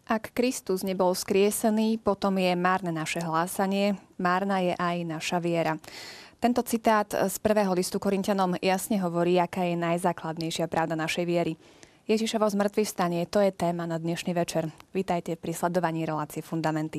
Ak Kristus nebol vzkriesený, potom je márne naše hlásanie, márna je aj naša viera. Tento citát z prvého listu Korinťanom jasne hovorí, aká je najzákladnejšia pravda našej viery. Ježišovo zmŕtvychvstanie, to je téma na dnešný večer. Vítajte pri sledovaní relácie Fundamenty.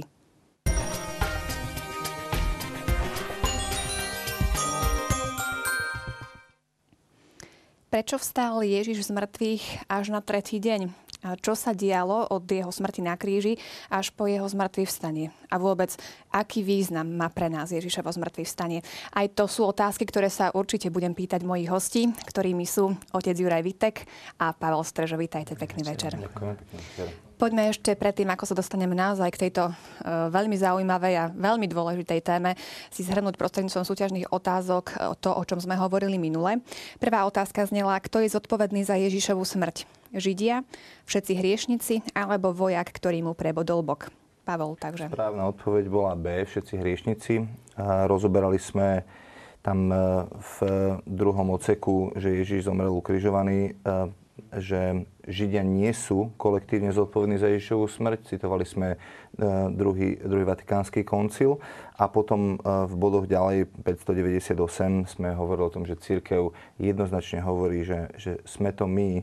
Prečo vstal Ježiš z mŕtvych až na tretí deň? A čo sa dialo od jeho smrti na kríži až po jeho zmŕtvychvstanie? A vôbec, aký význam má pre nás Ježišovo zmŕtvychvstanie? Aj to sú otázky, ktoré sa určite budem pýtať mojich hostí, ktorými sú otec Juraj Vitek a Pavel Strežo. Vítajte, pekný večer. Poďme ešte predtým, ako sa dostaneme naozaj k tejto veľmi zaujímavej a veľmi dôležitej téme, si zhrnúť prostredníctvom súťažných otázok to, o čom sme hovorili minule. Prvá otázka znela, kto je zodpovedný za Ježišovu smrť? Židia, všetci hriešnici alebo vojak, ktorý mu prebodol bok? Pavel, takže. Správna odpoveď bola B, všetci hriešnici. Rozoberali sme tam v druhom odseku, že Ježiš zomrel ukrižovaný, že Židia nie sú kolektívne zodpovední za Ježišovu smrť. Citovali sme druhý Vatikánsky koncil. A potom v bodoch ďalej 598 sme hovorili o tom, že cirkev jednoznačne hovorí, že sme to my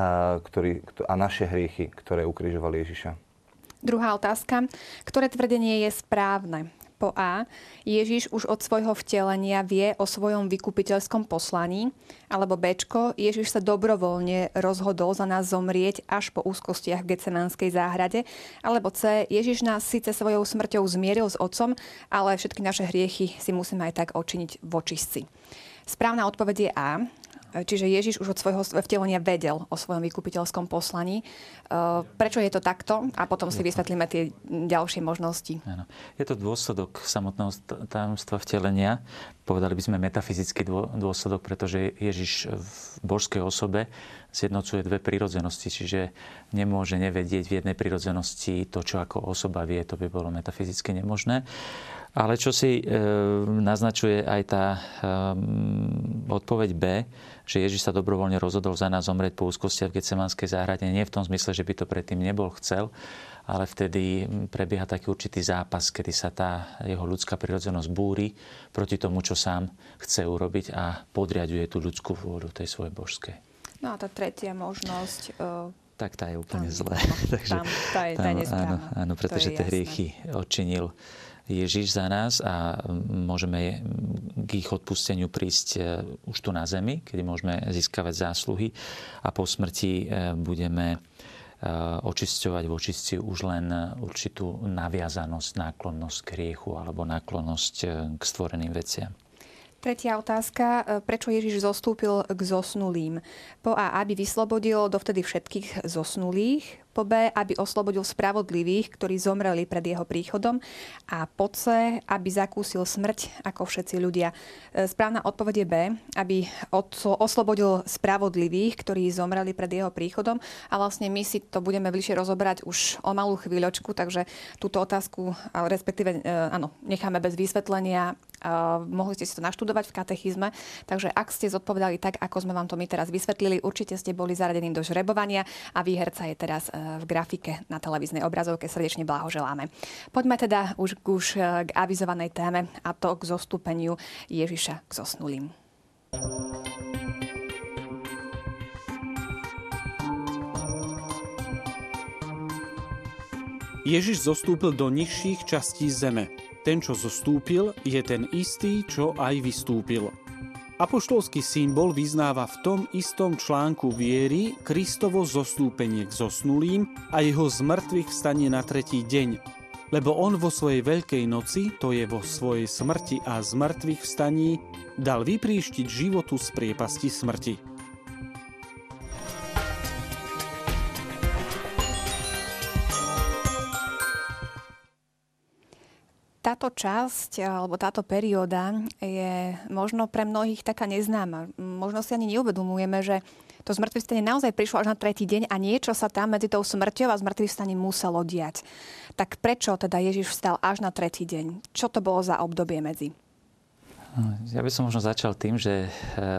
a naše hriechy, ktoré ukrižovali Ježiša. Druhá otázka. Ktoré tvrdenie je správne? Po A. Ježiš už od svojho vtelenia vie o svojom vykupiteľskom poslaní. Alebo Bčko. Ježiš sa dobrovoľne rozhodol za nás zomrieť až po úzkostiach v Getsemanskej záhrade. Alebo C. Ježiš nás síce svojou smrťou zmieril s Otcom, ale všetky naše hriechy si musíme aj tak odčiniť v očistci. Správna odpoveď je A. Čiže Ježiš už od svojho vtelenia vedel o svojom vykupiteľskom poslaní. Prečo je to takto? A potom si vysvetlíme tie ďalšie možnosti. Áno. Je to dôsledok samotného tajomstva vtelenia. Povedali by sme metafyzický dôsledok, pretože Ježiš v božskej osobe zjednocuje dve prirodzenosti. Čiže nemôže nevedieť v jednej prirodzenosti to, čo ako osoba vie. To by bolo metafyzicky nemožné. Ale čo si naznačuje aj tá odpoveď B, že Ježiš sa dobrovoľne rozhodol za nás zomrieť po úzkostiach v Getsemanskej záhrade, nie v tom zmysle, že by to predtým nebol chcel, ale vtedy prebieha taký určitý zápas, kedy sa tá jeho ľudská prirodzenosť búri proti tomu, čo sám chce urobiť a podriaďuje tú ľudskú vôľu tej svojej božskej. No a tá tretia možnosť... Tak tá je úplne zlé. Tá je nesprávna. Áno, pretože tie hriechy odčinil Ježiš za nás a môžeme k ich odpusteniu prísť už tu na zemi, kedy môžeme získavať zásluhy a po smrti budeme očisťovať v očistci už len určitú naviazanosť, náklonnosť k hriechu alebo náklonnosť k stvoreným veciam. Tretia otázka. Prečo Ježiš zostúpil k zosnulým? Po A, aby vyslobodil dovtedy všetkých zosnulých. Po B, aby oslobodil spravodlivých, ktorí zomreli pred jeho príchodom. A po C, aby zakúsil smrť ako všetci ľudia. Správna odpoveď je B, aby oslobodil spravodlivých, ktorí zomreli pred jeho príchodom. A vlastne my si to budeme bližšie rozoberať už o malú chvíľočku, takže túto otázku, respektíve necháme bez vysvetlenia. Mohli ste si to naštudovať v katechizme. Takže ak ste zodpovedali tak, ako sme vám to my teraz vysvetlili, určite ste boli zaradení do žrebovania a výherca je teraz v grafike na televíznej obrazovke. Srdečne blahoželáme. Poďme teda už k avizovanej téme, a to k zostúpeniu Ježiša k zosnulým. Ježiš zostúpil do nižších častí zeme. Ten, čo zostúpil, je ten istý, čo aj vystúpil. Apoštolský symbol vyznáva v tom istom článku viery Kristovo zostúpenie k zosnulým a jeho zmrtvých vstanie na tretí deň. Lebo on vo svojej veľkej noci, to je vo svojej smrti a zmrtvých vstaní, dal vypríštiť životu z priepasti smrti. Táto časť, alebo táto perióda je možno pre mnohých taká neznáma. Možno si ani neuvedomujeme, že to zmŕtvychvstanie naozaj prišlo až na tretí deň a niečo sa tam medzi tou smrťou a zmŕtvychvstaním muselo diať. Tak prečo teda Ježiš vstal až na tretí deň? Čo to bolo za obdobie medzi? Ja by som možno začal tým, že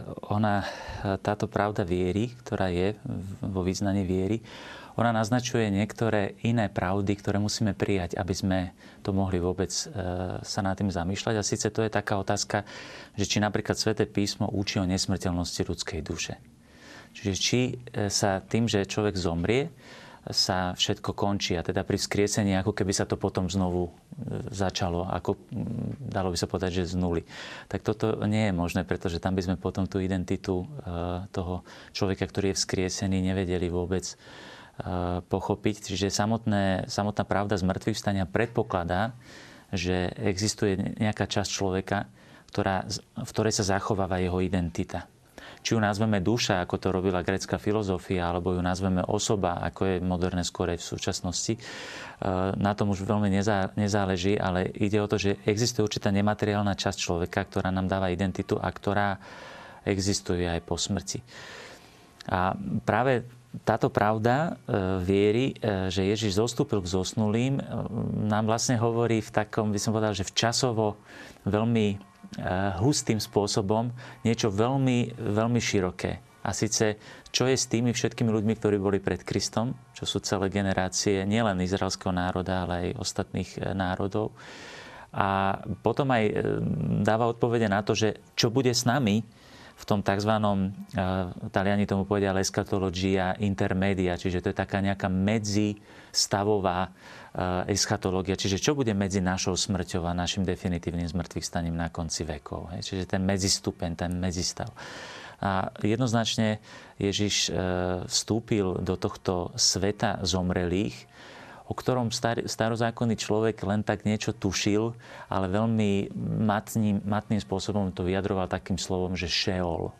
táto pravda viery, ktorá je vo vyznaní viery, ona naznačuje niektoré iné pravdy, ktoré musíme prijať, aby sme to mohli vôbec sa nad tým zamýšľať. A síce to je taká otázka, že či napríklad Sväté písmo učí o nesmrteľnosti ľudskej duše. Čiže či sa tým, že človek zomrie, sa všetko končí a teda pri vzkriesení, ako keby sa to potom znovu začalo, ako dalo by sa povedať, že z nuly. Tak toto nie je možné, pretože tam by sme potom tú identitu toho človeka, ktorý je vzkriesený, nevedeli vôbec pochopiť. Čiže samotná pravda z mŕtvych vstania predpokladá, že existuje nejaká časť človeka, v ktorej sa zachováva jeho identita. Či ju nazveme duša, ako to robila grécka filozofia, alebo ju nazveme osoba, ako je moderné skôr v súčasnosti. Na tom už veľmi nezáleží, ale ide o to, že existuje určitá nemateriálna časť človeka, ktorá nám dáva identitu a ktorá existuje aj po smrti. A práve táto pravda viery, že Ježiš zostúpil k zosnulým, nám vlastne hovorí v takom, by som povedal, že v časovo veľmi hustým spôsobom niečo veľmi, veľmi široké. A síce, čo je s tými všetkými ľuďmi, ktorí boli pred Kristom, čo sú celé generácie nielen izraelského národa, ale aj ostatných národov. A potom aj dáva odpovede na to, že čo bude s nami v tom tzv. Taliani tomu povedia eschatologia intermedia, čiže to je taká nejaká medzistavová eschatológia, čiže čo bude medzi našou smrťou a našim definitívnym zmŕtvychstaním na konci vekov. Čiže ten medzistupeň, ten medzistav. A jednoznačne Ježiš vstúpil do tohto sveta zomrelých, o ktorom starozákonný človek len tak niečo tušil, ale veľmi matným spôsobom to vyjadroval takým slovom, že Šeol.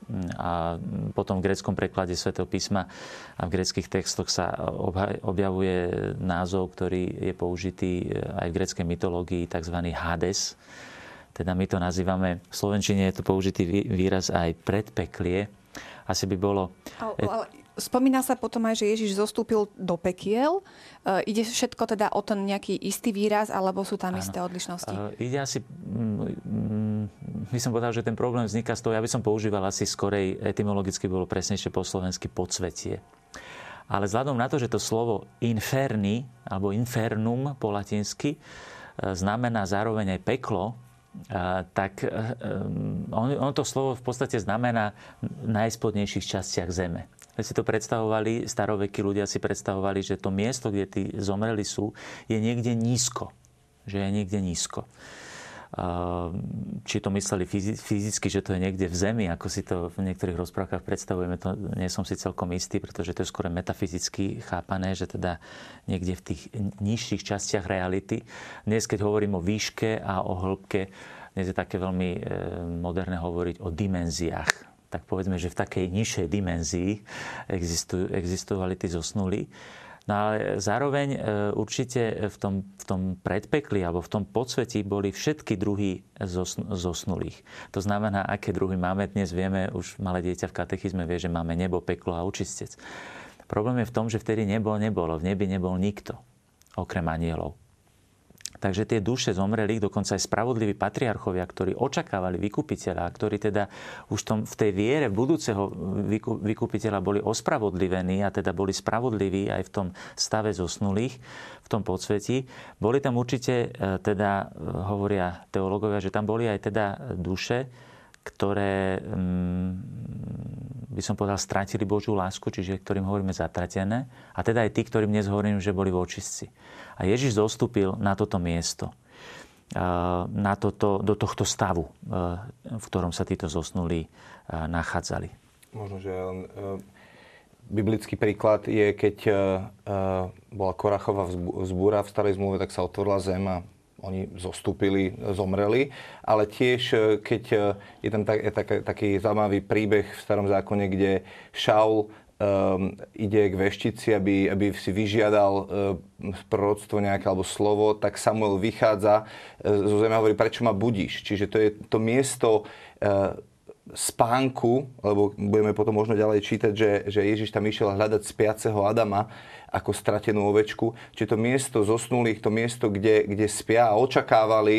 A potom v gréckom preklade Svätého písma a v gréckych textoch sa objavuje názov, ktorý je použitý aj v gréckej mytológii, tzv. Hades. Teda my to nazývame, v slovenčine je to použitý výraz aj predpeklie. Asi by bolo... Spomína sa potom aj, že Ježiš zostúpil do pekiel. Ide všetko teda o ten nejaký istý výraz, alebo sú tam isté odlišnosti? Ide asi... by som povedal, že ten problém vzniká z toho, ja by som používal asi skorej, etymologicky bolo presnejšie po slovensky podsvetie. Ale vzhľadom na to, že to slovo inferni, alebo infernum po latinsky, znamená zároveň aj peklo, tak ono to slovo v podstate znamená najspodnejších častiach zeme. Keď si to predstavovali, starovekí ľudia si predstavovali, že to miesto, kde tí zomreli sú, je niekde nízko. Že je niekde nízko. Či to mysleli fyzicky, že to je niekde v zemi, ako si to v niektorých rozprávkach predstavujeme, to nie som si celkom istý, pretože to je skôr metafyzicky chápané, že teda niekde v tých nižších častiach reality. Dnes, keď hovorím o výške a o hĺbke, dnes je také veľmi moderné hovoriť o dimenziách. Tak povedzme, že v takej nižšej dimenzii existovali tí zosnulí. No ale zároveň určite v tom predpekli alebo v tom podsvetí boli všetky druhy zosnulých. To znamená, aké druhy máme. Dnes vieme, už malé dieťa v katechizme vie, že máme nebo, peklo a očistec. Problém je v tom, že vtedy nebolo. V nebi nebol nikto, okrem anjelov. Takže tie duše zomrelých, dokonca aj spravodliví patriarchovia, ktorí očakávali vykupiteľa, ktorí teda už v tej viere budúceho vykupiteľa boli ospravodlivení a teda boli spravodliví aj v tom stave zosnulých, v tom podsvetí, boli tam určite, teda hovoria teológovia, že tam boli aj teda duše, ktoré, by som povedal, strátili Božiu lásku, čiže ktorým hovoríme zatratené, a teda aj tí, ktorým dnes hovorím, že boli v očistci. A Ježiš zostúpil na toto miesto, do tohto stavu, v ktorom sa títo zosnulí nachádzali. Možno, že biblický príklad je, keď bola Korachova vzbúra v starej zmluve, tak sa otvorila zem a oni zostúpili, zomreli. Ale tiež, keď je tam taký zaujímavý príbeh v starom zákone, kde Šaul ide k veštici, aby si vyžiadal proroctvo nejaké alebo slovo, tak Samuel vychádza zo zeme a hovorí, prečo ma budíš? Čiže to je to miesto spánku, lebo budeme potom možno ďalej čítať, že Ježiš tam išiel hľadať spiaceho Adama ako stratenú ovečku. Čiže to miesto zosnulých, to miesto, kde spia a očakávali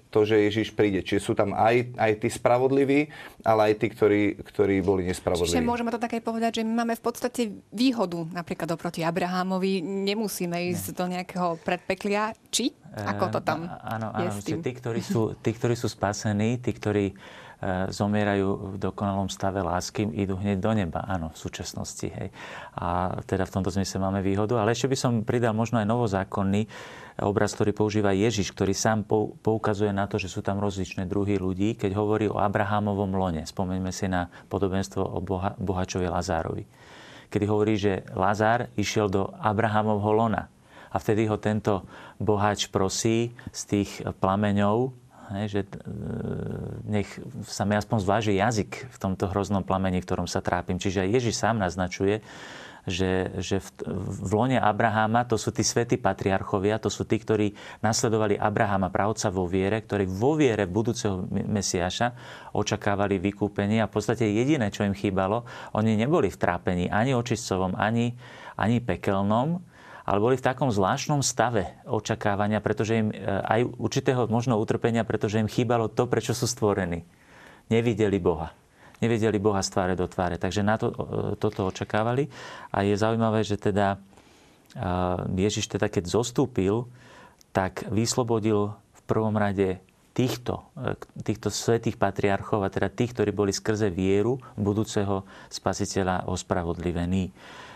to, že Ježiš príde. Čiže sú tam aj tí spravodliví, ale aj tí, ktorí boli nespravodliví. Čiže môžeme to také povedať, že my máme v podstate výhodu napríklad oproti Abrahámovi. Nemusíme ísť do nejakého predpeklia. Či? Ako to tam je s tým? Tí, ktorí sú spasení, tí, ktorí zomierajú v dokonalom stave lásky, idú hneď do neba, áno, v súčasnosti. Hej. A teda v tomto zmysle máme výhodu. Ale ešte by som pridal možno aj novozákonný obraz, ktorý používa Ježiš, ktorý sám poukazuje na to, že sú tam rozličné druhy ľudí, keď hovorí o Abrahámovom lone. Spomeňme si na podobenstvo o bohačovi Lazárovi. Kedy hovorí, že Lazár išiel do Abrahámovho lona. A vtedy ho tento boháč prosí z tých plameňov, že nech sa mi aspoň zváži jazyk v tomto hroznom plameni, v ktorom sa trápim. Čiže aj Ježiš sám naznačuje, že v lone Abraháma to sú tí svätí patriarchovia, to sú tí, ktorí nasledovali Abraháma, pravca vo viere, ktorí vo viere budúceho Mesiáša očakávali vykúpenie a v podstate jediné, čo im chýbalo, oni neboli v trápení ani očistcovom, ani pekelnom, ale boli v takom zvláštnom stave očakávania, pretože im aj určitého možno utrpenia, pretože im chýbalo to, prečo sú stvorení. Nevideli Boha. Nevideli Boha z tváre do tváre. Takže na toto očakávali. A je zaujímavé, že teda Ježiš teda keď zostúpil, tak vyslobodil v prvom rade týchto svätých patriarchov, a teda tých, ktorí boli skrze vieru budúceho spasiteľa ospravodlivení.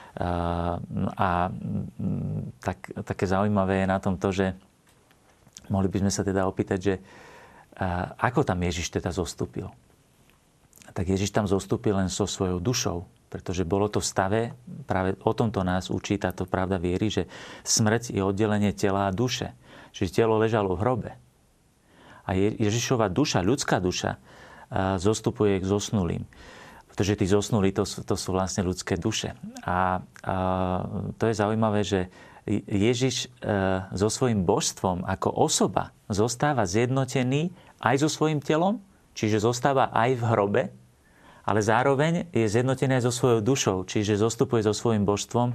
Také zaujímavé je na tom to, že mohli by sme sa teda opýtať, že ako tam Ježiš teda zostúpil. Tak Ježiš tam zostúpil len so svojou dušou, pretože bolo to v stave, práve o tomto nás učí táto pravda viery, že smrť je oddelenie tela a duše. Čiže telo ležalo v hrobe. A Ježišova duša, ľudská duša, zostupuje k zosnulým. Pretože tí zosnulí, to sú vlastne ľudské duše. A to je zaujímavé, že Ježiš so svojím božstvom ako osoba zostáva zjednotený aj so svojím telom, čiže zostáva aj v hrobe, ale zároveň je zjednotený aj so svojou dušou, čiže zostupuje so svojím božstvom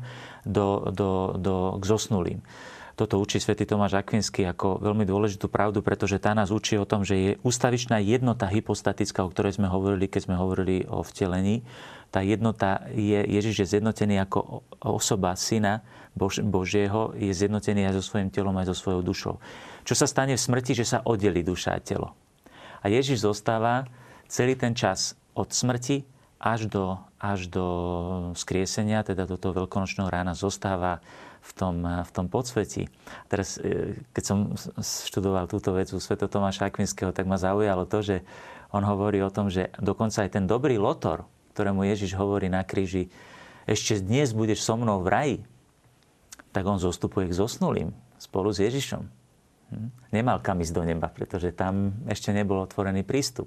k zosnulým. Toto učí svätý Tomáš Akvinský ako veľmi dôležitú pravdu, pretože tá nás učí o tom, že je ústavičná jednota hypostatická, o ktorej sme hovorili, keď sme hovorili o vtelení. Tá jednota je, Ježiš je zjednotený ako osoba Syna Božieho, je zjednotený aj so svojím telom, aj so svojou dušou. Čo sa stane v smrti, že sa oddelí duša a telo. A Ježiš zostáva celý ten čas od smrti až do skriesenia, teda do toho veľkonočného rána zostáva v tom podsvetí. Teraz, keď som študoval túto vec u svätého Tomáša Akvinského, tak ma zaujalo to, že on hovorí o tom, že dokonca aj ten dobrý lotor, ktorému Ježiš hovorí na kríži, ešte dnes budeš so mnou v raji, tak on zostupuje k zosnulým spolu s Ježišom. Nemal kam ísť do neba, pretože tam ešte nebol otvorený prístup.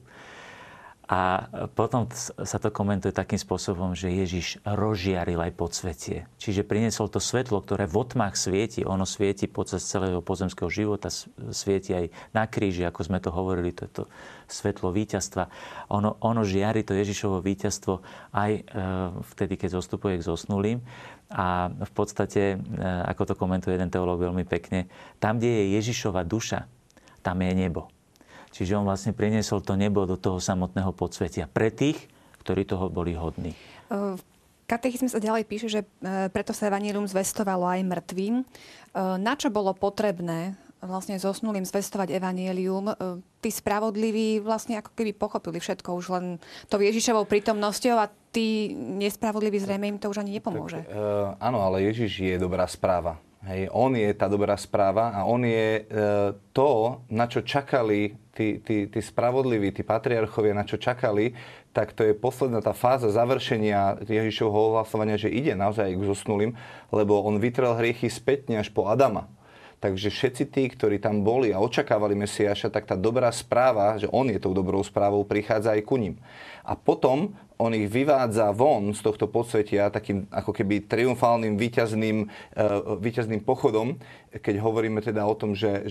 A potom sa to komentuje takým spôsobom, že Ježiš rozžiaril aj podsvetie. Čiže priniesol to svetlo, ktoré v otmách svieti. Ono svieti počas celého pozemského života, svieti aj na kríži, ako sme to hovorili, to je to svetlo víťazstva. Ono žiari to Ježišovo víťazstvo aj vtedy, keď zostupuje k zosnulým. A v podstate, ako to komentuje jeden teológ veľmi pekne, tam, kde je Ježišova duša, tam je nebo. Čiže on vlastne priniesol to nebo do toho samotného podsvetia pre tých, ktorí toho boli hodní. V katechizme sa ďalej píše, že preto sa evanjelium zvestovalo aj mŕtvým. Na čo bolo potrebné vlastne zosnulým zvestovať evanjelium? Tí spravodliví vlastne ako keby pochopili všetko už len tou Ježišovou prítomnosťou a tí nespravodliví zrejme im to už ani nepomôže. Áno, ale Ježiš je dobrá správa. Hej, on je tá dobrá správa a on je to, na čo čakali tí spravodliví, tí patriarchovia, na čo čakali, tak to je posledná tá fáza završenia Ježišovho ohlasovania, že ide naozaj k zosnulým, lebo on vytrel hriechy spätne až po Adama. Takže všetci tí, ktorí tam boli a očakávali Mesiáša, tak tá dobrá správa, že on je tou dobrou správou, prichádza aj ku ním. A potom on ich vyvádza von z tohto podsvetia takým ako keby triumfálnym víťazným pochodom, keď hovoríme teda o tom, že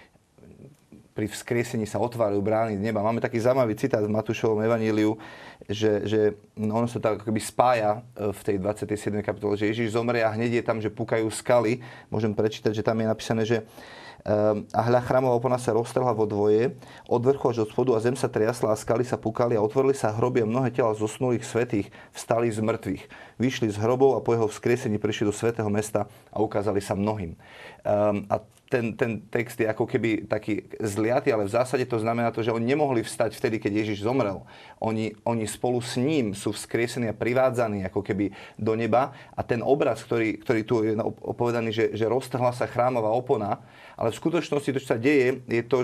pri vzkriesení sa otvárajú brány z neba. Máme taký zaujímavý citát z Matúšovom evaníliu, že ono sa tak ako keby spája v tej 27. kapitole, že Ježiš zomrie a hneď je tam, že púkajú skaly. Môžem prečítať, že tam je napísané, že a hľa, chrámová opona sa roztrhla vo dvoje, od vrchu až od spodu a zem sa triasla a skaly sa pukali a otvorili sa hroby a mnohé tela zosnulých svätých vstali z mŕtvych. Vyšli z hrobov a po jeho vzkriesení prišli do svätého mesta a ukázali sa mnohým. A ten text je ako keby taký zliatý, ale v zásade to znamená to, že oni nemohli vstať vtedy, keď Ježiš zomrel. Oni spolu s ním sú vzkriesení a privádzaní ako keby do neba. A ten obraz, ktorý tu je opovedaný, že roztrhla sa chrámová opona, ale v skutočnosti to, čo sa deje, je to,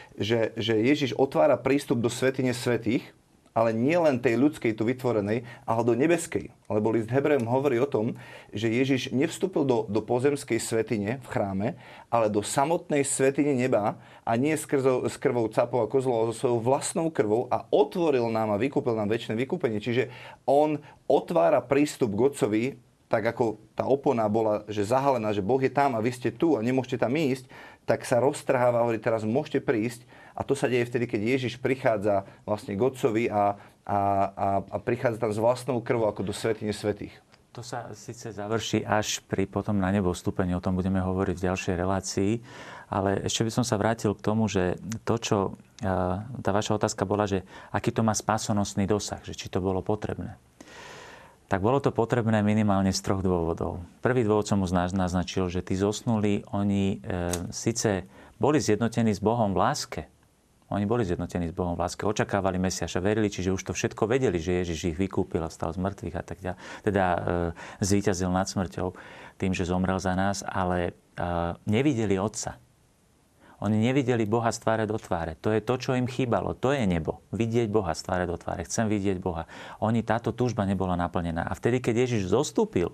že Ježiš otvára prístup do svätyne svätých, ale nie len tej ľudskej tu vytvorenej, ale do nebeskej. Lebo list Hebrejom hovorí o tom, že Ježiš nevstúpil do pozemskej svätyne v chráme, ale do samotnej svätyne neba a nie s krvou capov a kozlov, ale so svojou vlastnou krvou a otvoril nám a vykúpil nám večné vykúpenie. Čiže on otvára prístup k Otcovi, tak ako tá opona bola že zahalená, že Boh je tam a vy ste tu a nemôžete tam ísť, tak sa roztrháva a hovorí, teraz môžete prísť. A to sa deje vtedy, keď Ježiš prichádza vlastne k Otcovi a prichádza tam s vlastnou krvou ako do svätyne svätých. To sa síce završí až pri potom na nebo vstúpení, o tom budeme hovoriť v ďalšej relácii, ale ešte by som sa vrátil k tomu, že to, čo tá vaša otázka bola, že aký to má spásonosný dosah, že či to bolo potrebné. Tak bolo to potrebné minimálne z 3 dôvodov. Prvý dôvod som už naznačil, že tí zosnulí, oni síce boli zjednotení s Bohom v láske. Oni boli zjednotení s Bohom v láske, očakávali Mesiaša, verili, čiže už to všetko vedeli, že Ježiš ich vykúpil a vstal z mŕtvych a tak ďalej. Teda zvíťazil nad smrťou tým, že zomrel za nás, ale nevideli Otca. Oni nevideli Boha z tváre do tváre. To je to, čo im chýbalo. To je nebo. Vidieť Boha z tváre do tváre. Chcem vidieť Boha. Táto túžba nebola naplnená. A vtedy, keď Ježiš zostúpil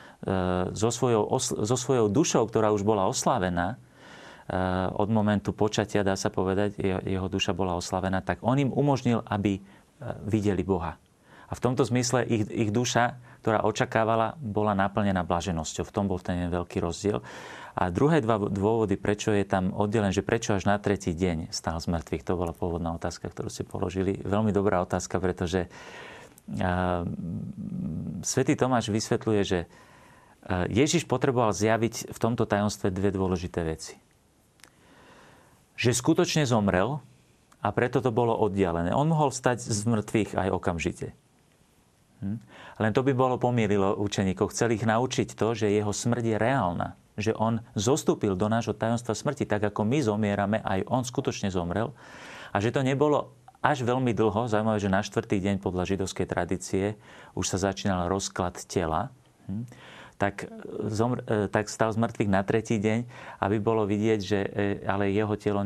so svojou dušou, ktorá už bola oslávená, od momentu počatia, dá sa povedať, jeho duša bola oslavená, tak on im umožnil, aby videli Boha. A v tomto zmysle ich duša, ktorá očakávala, bola naplnená blaženosťou. V tom bol ten veľký rozdiel. A druhé dva dôvody, prečo je tam oddelené, že prečo až na 3. deň stál z mŕtvych, to bola pôvodná otázka, ktorú ste položili. Veľmi dobrá otázka, pretože svätý Tomáš vysvetľuje, že Ježiš potreboval zjaviť v tomto tajomstve dve dôležité veci. Že skutočne zomrel a preto to bolo oddialené. On mohol vstať z mŕtvych aj okamžite. Len to by bolo pomýlilo učeníkov. Chcel ich naučiť to, že jeho smrť je reálna. Že on zostúpil do nášho tajomstva smrti, tak ako my zomierame, aj on skutočne zomrel. A že to nebolo až veľmi dlho, zaujímavé, že na 4. deň podľa židovskej tradície už sa začínal rozklad tela. Tak stal z mŕtvych na 3. deň, aby bolo vidieť, že ale jeho telo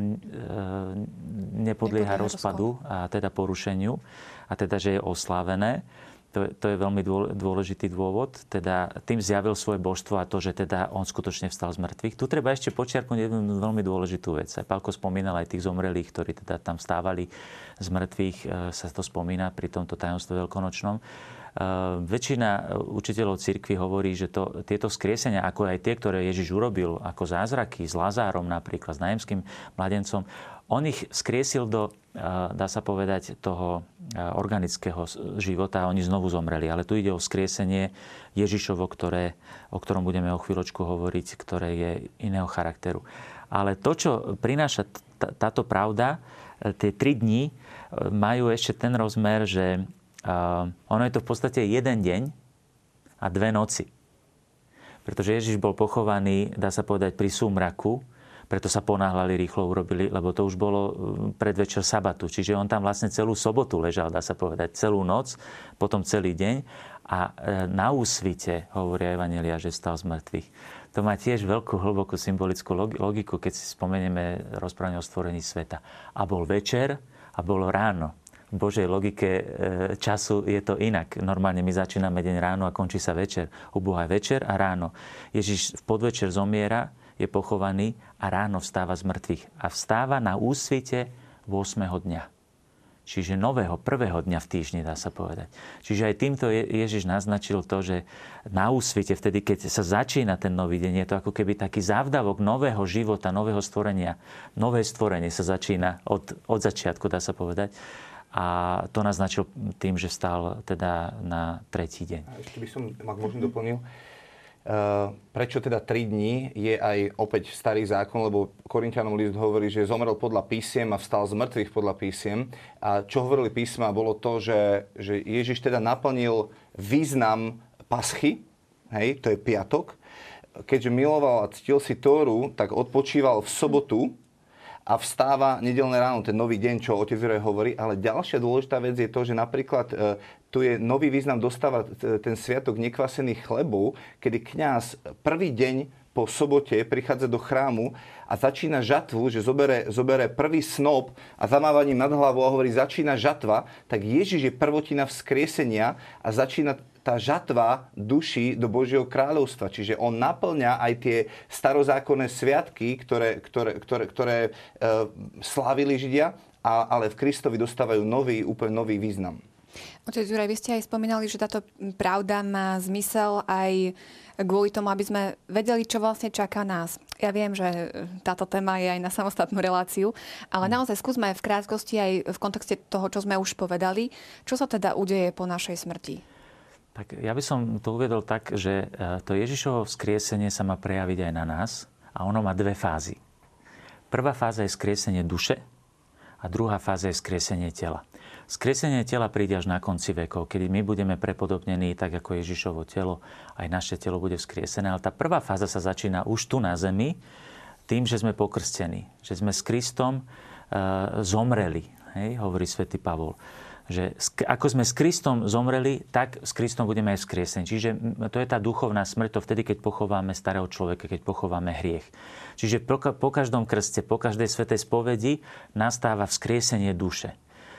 nepodlieha rozpadu a teda porušeniu a teda, že je oslávené. To je veľmi dôležitý dôvod. Teda tým zjavil svoje božstvo a to, že teda on skutočne vstal z mŕtvych. Tu treba ešte počiarknúť jednu veľmi dôležitú vec. Aj Pálko spomínal aj tých zomrelých, ktorí teda tam stávali z mŕtvych, sa to spomína pri tomto tajomstve veľkonočnom. Väčšina učiteľov cirkvi hovorí, že tieto vzkriesenia, ako aj tie, ktoré Ježiš urobil, ako zázraky s Lazárom napríklad, s nájemským mladencom, on ich vzkriesil do, dá sa povedať, toho organického života a oni znovu zomreli. Ale tu ide o vzkriesenie Ježišovo, o ktorom budeme o chvíľočku hovoriť, ktoré je iného charakteru. Ale to, čo prináša táto pravda, tie 3 dni majú ešte ten rozmer, že ono je to v podstate jeden deň a 2 noci. Pretože Ježiš bol pochovaný, dá sa povedať, pri súmraku, preto sa ponáhľali, rýchlo urobili, lebo to už bolo predvečer sabatu. Čiže on tam vlastne celú sobotu ležal, dá sa povedať, celú noc, potom celý deň a na úsvite, hovoria evanjelia, že stal z mŕtvych. To má tiež veľkú, hlbokú symbolickú logiku, keď si spomenieme rozprávanie o stvorení sveta. A bol večer a bolo ráno. V Božej logike času je to inak. Normálne my začíname deň ráno a končí sa večer. U Boha je večer a ráno. Ježiš v podvečer zomiera, je pochovaný a ráno vstáva z mŕtvych. A vstáva na úsvite 8. dňa. Čiže nového, prvého dňa v týždni, dá sa povedať. Čiže aj týmto Ježiš naznačil to, že na úsvite, vtedy, keď sa začína ten nový deň, je to ako keby taký závdavok nového života, nového stvorenia. Nové stvorenie sa začína od začiatku, dá sa povedať. a to naznačil tým, že vstal teda na tretí deň. A ešte by som, ak možno doplnil, prečo teda 3 dní je aj opäť starý zákon, lebo Korinťanom list hovorí, že zomrel podľa písiem a vstal z mŕtvych podľa písiem. A čo hovorili písma, bolo to, že Ježiš teda naplnil význam paschy, hej, to je piatok. Keďže miloval a ctil si Tóru, tak odpočíval v sobotu a vstáva nedeľné ráno, ten nový deň, čo otec Juraj hovorí. Ale ďalšia dôležitá vec je to, že napríklad tu je nový význam, dostáva ten sviatok nekvasených chlebov, kedy kňaz prvý deň po sobote prichádza do chrámu a začína žatvu, že zobere prvý snop a zamávaním nad hlavou a hovorí, začína žatva, tak Ježiš je prvotina vzkriesenia a začína tá žatva duší do Božieho kráľovstva. Čiže on naplňa aj tie starozákonné sviatky, ktoré slávili Židia, ale v Kristovi dostávajú úplne nový význam. Otec Juraj, vy ste aj spomínali, že táto pravda má zmysel aj kvôli tomu, aby sme vedeli, čo vlastne čaká nás. Ja viem, že táto téma je aj na samostatnú reláciu, ale naozaj skúsme v krátkosti aj v kontexte toho, čo sme už povedali, čo sa teda udeje po našej smrti. Tak ja by som to uvedol tak, že to Ježišovo vzkriesenie sa má prejaviť aj na nás a ono má 2 fázy. Prvá fáza je vzkriesenie duše a druhá fáza je vzkriesenie tela. Vzkriesenie tela príde až na konci vekov, kedy my budeme prepodobnení tak ako Ježišovo telo, aj naše telo bude vzkriesené. Ale tá prvá fáza sa začína už tu na zemi tým, že sme pokrstení, že sme s Kristom zomreli, hej, hovorí svätý Pavol. Že ako sme s Kristom zomreli, tak s Kristom budeme aj vzkriesení. Čiže to je tá duchovná smrť, to vtedy, keď pochováme starého človeka, keď pochováme hriech. Čiže po každom krste, po každej svätej spovedi nastáva vzkriesenie duše.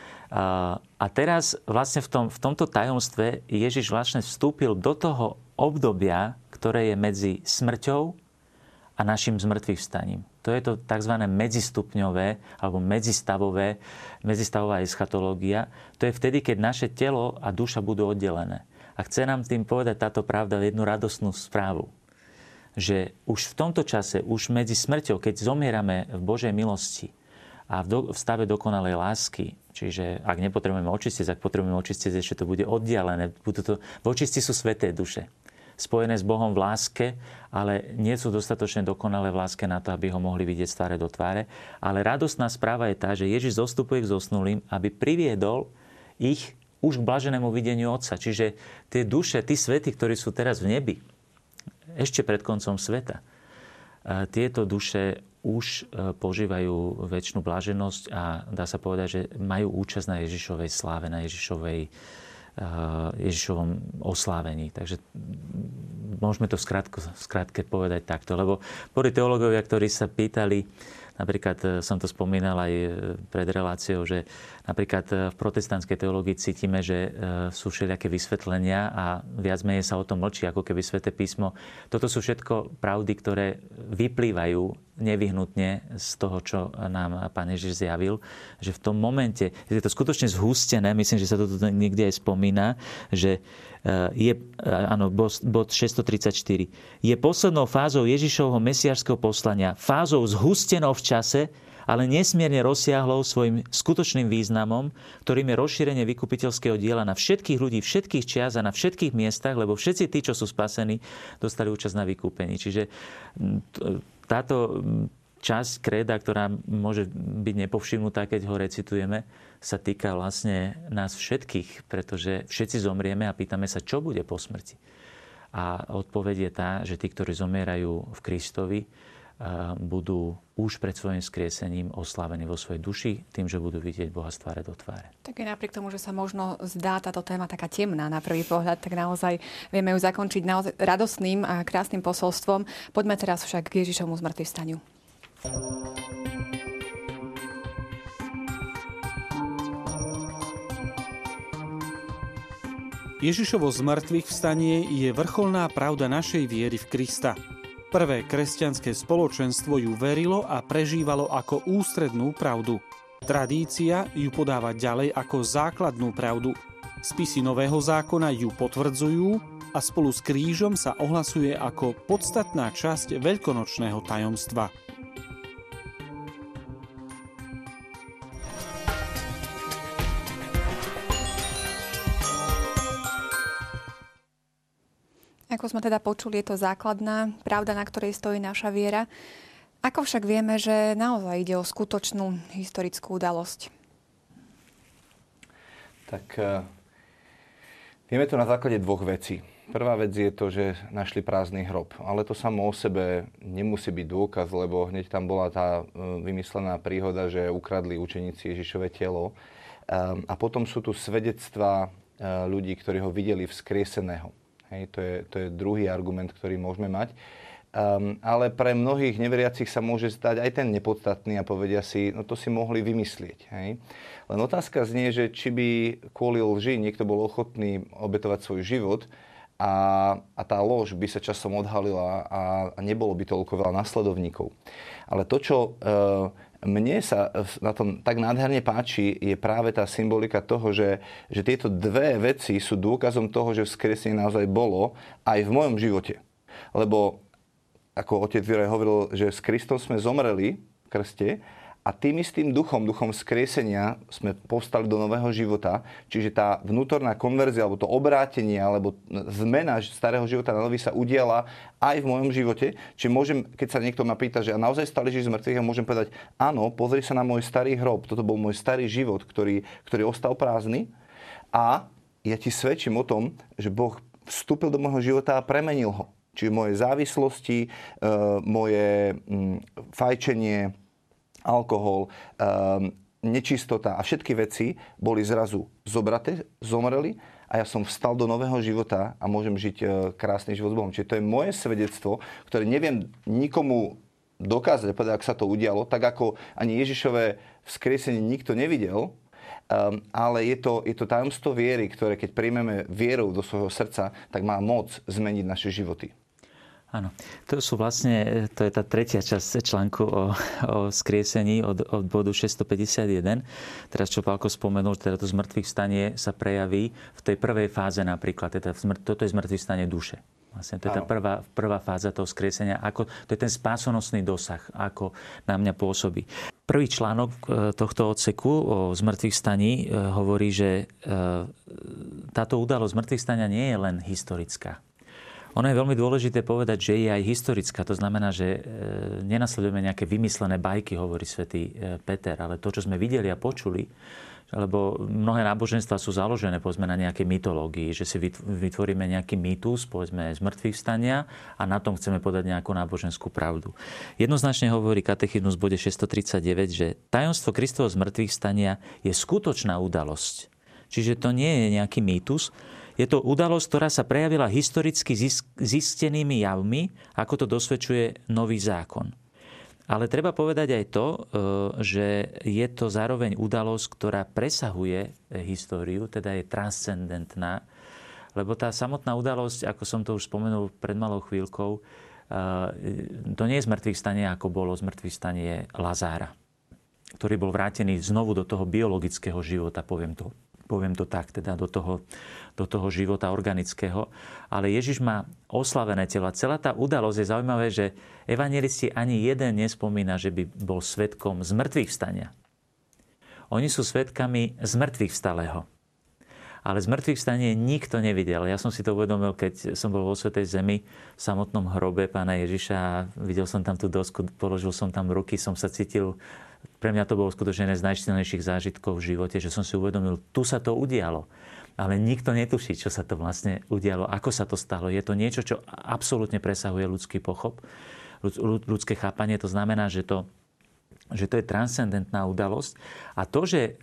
A teraz vlastne v tomto tajomstve Ježiš vlastne vstúpil do toho obdobia, ktoré je medzi smrťou a našim zmŕtvychvstaním. To je to tzv. Medzistupňové alebo medzistavová eschatológia. To je vtedy, keď naše telo a duša budú oddelené. A chce nám tým povedať táto pravda jednu radosnú správu. Že už v tomto čase, už medzi smrťou, keď zomierame v Božej milosti a v stave dokonalej lásky, čiže ak nepotrebujeme očistiť, ak potrebujeme očistiť, ešte to bude oddialené. V očisti sú sväté duše, spojené s Bohom v láske, ale nie sú dostatočne dokonalé v láske na to, aby ho mohli vidieť z tváre do tváre. Ale radostná správa je tá, že Ježiš zostupuje k zosnulým, aby priviedol ich už k blaženému videniu Otca. Čiže tie duše, tí svätí, ktorí sú teraz v nebi, ešte pred koncom sveta, tieto duše už požívajú večnú blaženosť a dá sa povedať, že majú účasť na Ježišovej sláve, na Ježišovom oslávení. Takže môžeme to skrátke povedať takto. Lebo boli teológovia, ktorí sa pýtali, napríklad som to spomínal aj pred reláciou, že napríklad v protestantskej teológii cítime, že sú všelijaké vysvetlenia a viac menej sa o tom mlčí, ako keby Sväté písmo. Toto sú všetko pravdy, ktoré vyplývajú nevyhnutne z toho, čo nám Pán Ježiš zjavil, že v tom momente, je to skutočne zhustené, myslím, že sa to tu niekde aj spomína, že bod 634. Je poslednou fázou Ježišovho mesiášskeho poslania, fázou zhustenou v čase, ale nesmierne rozsiahlou svojim skutočným významom, ktorým je rozšírenie vykupiteľského diela na všetkých ľudí, všetkých čias a na všetkých miestach, lebo všetci tí, čo sú spasení, dostali účasť na vykúpení. Čiže táto časť kréda, ktorá môže byť nepovšimnutá, keď ho recitujeme, sa týka vlastne nás všetkých, pretože všetci zomrieme a pýtame sa, čo bude po smrti. A odpoveď je tá, že tí, ktorí zomierajú v Kristovi, budú už pred svojím skriesením oslávení vo svojej duši tým, že budú vidieť Boha z tváre do tváre. Tak aj napriek tomu, že sa možno zdá táto téma taká temná na prvý pohľad, tak naozaj vieme ju zakončiť naozaj radostným a krásnym posolstvom. Poďme teraz však k Ježišovmu zmŕtvychvstaniu. Ježišovo zmŕtvychvstanie je vrcholná pravda našej viery v Krista. Prvé kresťanské spoločenstvo ju verilo a prežívalo ako ústrednú pravdu. Tradícia ju podáva ďalej ako základnú pravdu. Spisy Nového zákona ju potvrdzujú a spolu s krížom sa ohlasuje ako podstatná časť veľkonočného tajomstva. Ako sme teda počuli, je to základná pravda, na ktorej stojí naša viera. Ako však vieme, že naozaj ide o skutočnú historickú udalosť? Tak vieme to na základe dvoch vecí. Prvá vec je to, že našli prázdny hrob. Ale to samo o sebe nemusí byť dôkaz, lebo hneď tam bola tá vymyslená príhoda, že ukradli učeníci Ježišove telo. A potom sú tu svedectvá ľudí, ktorí ho videli vzkrieseného. Hej, to je druhý argument, ktorý môžeme mať. Ale pre mnohých neveriacich sa môže zdať aj ten nepodstatný a povedia si, no to si mohli vymyslieť. Hej. Len otázka znie, že či by kvôli lži niekto bol ochotný obetovať svoj život a tá lož by sa časom odhalila a nebolo by toľko veľa nasledovníkov. Ale to, čo mne sa na tom tak nádherne páči, je práve tá symbolika toho, že tieto dve veci sú dôkazom toho, že vzkriesenie naozaj bolo aj v mojom živote. Lebo, ako otec Juraj hovoril, že s Kristom sme zomreli v krste a tým istým duchom vzkriesenia sme povstali do nového života. Čiže tá vnútorná konverzia, alebo to obrátenie, alebo zmena starého života na nový sa udiala aj v mojom živote. Čiže môžem, keď sa niekto ma pýta, že a naozaj stali Ježiš z mŕtvych, a môžem povedať, áno, pozri sa na môj starý hrob. Toto bol môj starý život, ktorý ostal prázdny. A ja ti svedčím o tom, že Boh vstúpil do môjho života a premenil ho. Čiže moje závislosti, moje fajčenie, alkohol, nečistota a všetky veci boli zrazu zobraté, zomreli a ja som vstal do nového života a môžem žiť krásny život s Bohom. Čiže to je moje svedectvo, ktoré neviem nikomu dokázať, povedať, ak sa to udialo, tak ako ani Ježišové vzkriesenie nikto nevidel, ale je to tajomstvo viery, ktoré keď príjmeme vierou do svojho srdca, tak má moc zmeniť naše životy. Áno, to je tá tretia časť článku o skriesení od bodu 651. Teraz, čo Pálko spomenul, teda to zmrtvých vstanie sa prejaví v tej prvej fáze napríklad. Toto je zmrtvých vstanie duše. Vlastne to je tá prvá fáza toho skriesenia. To je ten spásonosný dosah, ako na mňa pôsobí. Prvý článok tohto odseku o zmrtvých vstaní hovorí, že táto udalosť zmrtvých vstania nie je len historická. Ono je veľmi dôležité povedať, že je aj historická. To znamená, že nenasledujeme nejaké vymyslené bajky, hovorí svätý Peter, ale to, čo sme videli a počuli, lebo mnohé náboženstva sú založené, povedzme, na nejakej mytológii, že si vytvoríme nejaký mýtus, povedzme, z mŕtvych vstania a na tom chceme podať nejakú náboženskú pravdu. Jednoznačne hovorí katechizmus v bode 639, že tajomstvo Kristovho z mŕtvych vstania je skutočná udalosť. Čiže to nie je nejaký mýtus. Je to udalosť, ktorá sa prejavila historicky zistenými javmi, ako to dosvedčuje Nový zákon. Ale treba povedať aj to, že je to zároveň udalosť, ktorá presahuje históriu, teda je transcendentná, lebo tá samotná udalosť, ako som to už spomenul pred malou chvíľkou, to nie je zmrtvých stanie, ako bolo zmrtvých stanie Lazára, ktorý bol vrátený znovu do toho biologického života, poviem to tak, teda do toho života organického. Ale Ježiš má oslavené telo. Celá tá udalosť je zaujímavé, že evanjelisti ani jeden nespomína, že by bol svedkom zmrtvých vstania. Oni sú svedkami zmrtvých vstalého. Ale zmrtvých vstanie nikto nevidel. Ja som si to uvedomil, keď som bol vo Svätej Zemi v samotnom hrobe Pána Ježiša a videl som tam tú dosku, položil som tam ruky, som sa cítil. Pre mňa to bolo skutočne jeden z najsilnejších zážitkov v živote, že som si uvedomil, tu sa to udialo. Ale nikto netuší, čo sa to vlastne udialo, ako sa to stalo. Je to niečo, čo absolútne presahuje ľudský pochop, ľudské chápanie. To znamená, že to je transcendentná udalosť. A to, že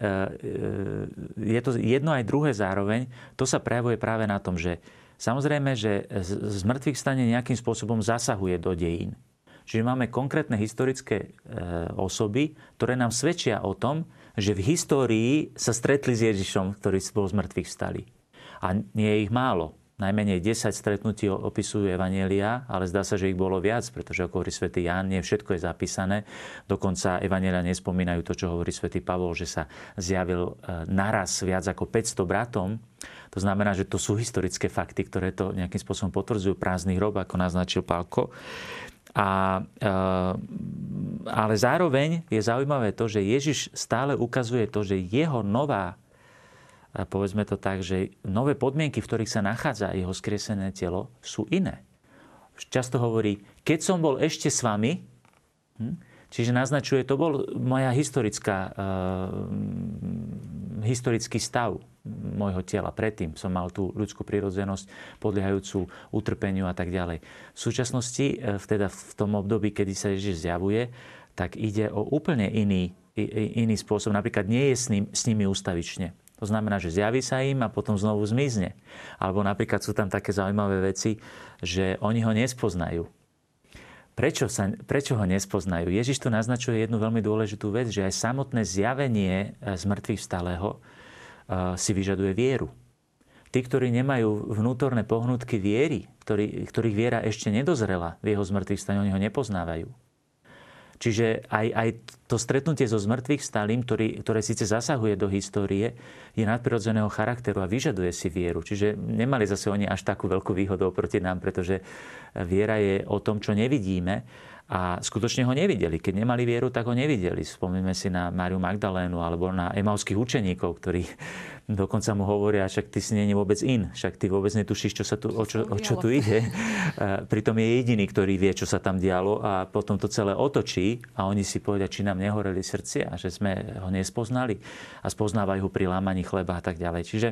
je to jedno aj druhé zároveň, to sa prejavuje práve na tom, že samozrejme, že zmrtvých stane nejakým spôsobom zasahuje do dejín. Čiže máme konkrétne historické osoby, ktoré nám svedčia o tom, že v histórii sa stretli s Ježišom, ktorý bol z mŕtvych vstali. A nie je ich málo. Najmenej 10 stretnutí opisujú evanjelia, ale zdá sa, že ich bolo viac, pretože ako hovorí svätý Ján, nie všetko je zapísané. Dokonca evanjelia nespomínajú to, čo hovorí svätý Pavol, že sa zjavil naraz viac ako 500 bratom. To znamená, že to sú historické fakty, ktoré to nejakým spôsobom potvrdzujú. Prázdny hrob, ako naznačil Pálko. Ale zároveň je zaujímavé to, že Ježiš stále ukazuje to, že jeho nová povedzme to tak, že nové podmienky, v ktorých sa nachádza jeho skriesené telo, sú iné. Často hovorí, keď som bol ešte s vami, čiže naznačuje, to bol moja historický stav môjho tela. Predtým som mal tú ľudskú prirodzenosť podliehajúcu utrpeniu a tak ďalej. V súčasnosti, teda v tom období, kedy sa Ježiš zjavuje, tak ide o úplne iný spôsob. Napríklad nie je s nimi ustavične. To znamená, že zjaví sa im a potom znovu zmizne. Alebo napríklad sú tam také zaujímavé veci, že oni ho nespoznajú. Prečo ho nespoznajú? Ježiš tu naznačuje jednu veľmi dôležitú vec, že aj samotné zjavenie z mŕtvych vstalého si vyžaduje vieru. Tí, ktorí nemajú vnútorné pohnutky viery, ktorých viera ešte nedozrela v jeho zmrtvých vstane, oni ho nepoznávajú. Čiže aj to stretnutie so zmrtvých vstalým, ktoré síce zasahuje do histórie, je nadprirodzeného charakteru a vyžaduje si vieru. Čiže nemali zase oni až takú veľkú výhodu oproti nám, pretože viera je o tom, čo nevidíme a skutočne ho nevideli. Keď nemali vieru, tak ho nevideli. Spomíme si na Máriu Magdalénu alebo na emauských učeníkov, ktorí dokonca mu hovoria, však ty si nie je vôbec však ty vôbec netušíš, o čo tu ide. Pritom je jediný, ktorý vie, čo sa tam dialo a potom to celé otočí a oni si povedia, či nám nehoreli srdcia, že sme ho nespoznali a spoznávajú ho pri lámaní chleba a tak ďalej. Čiže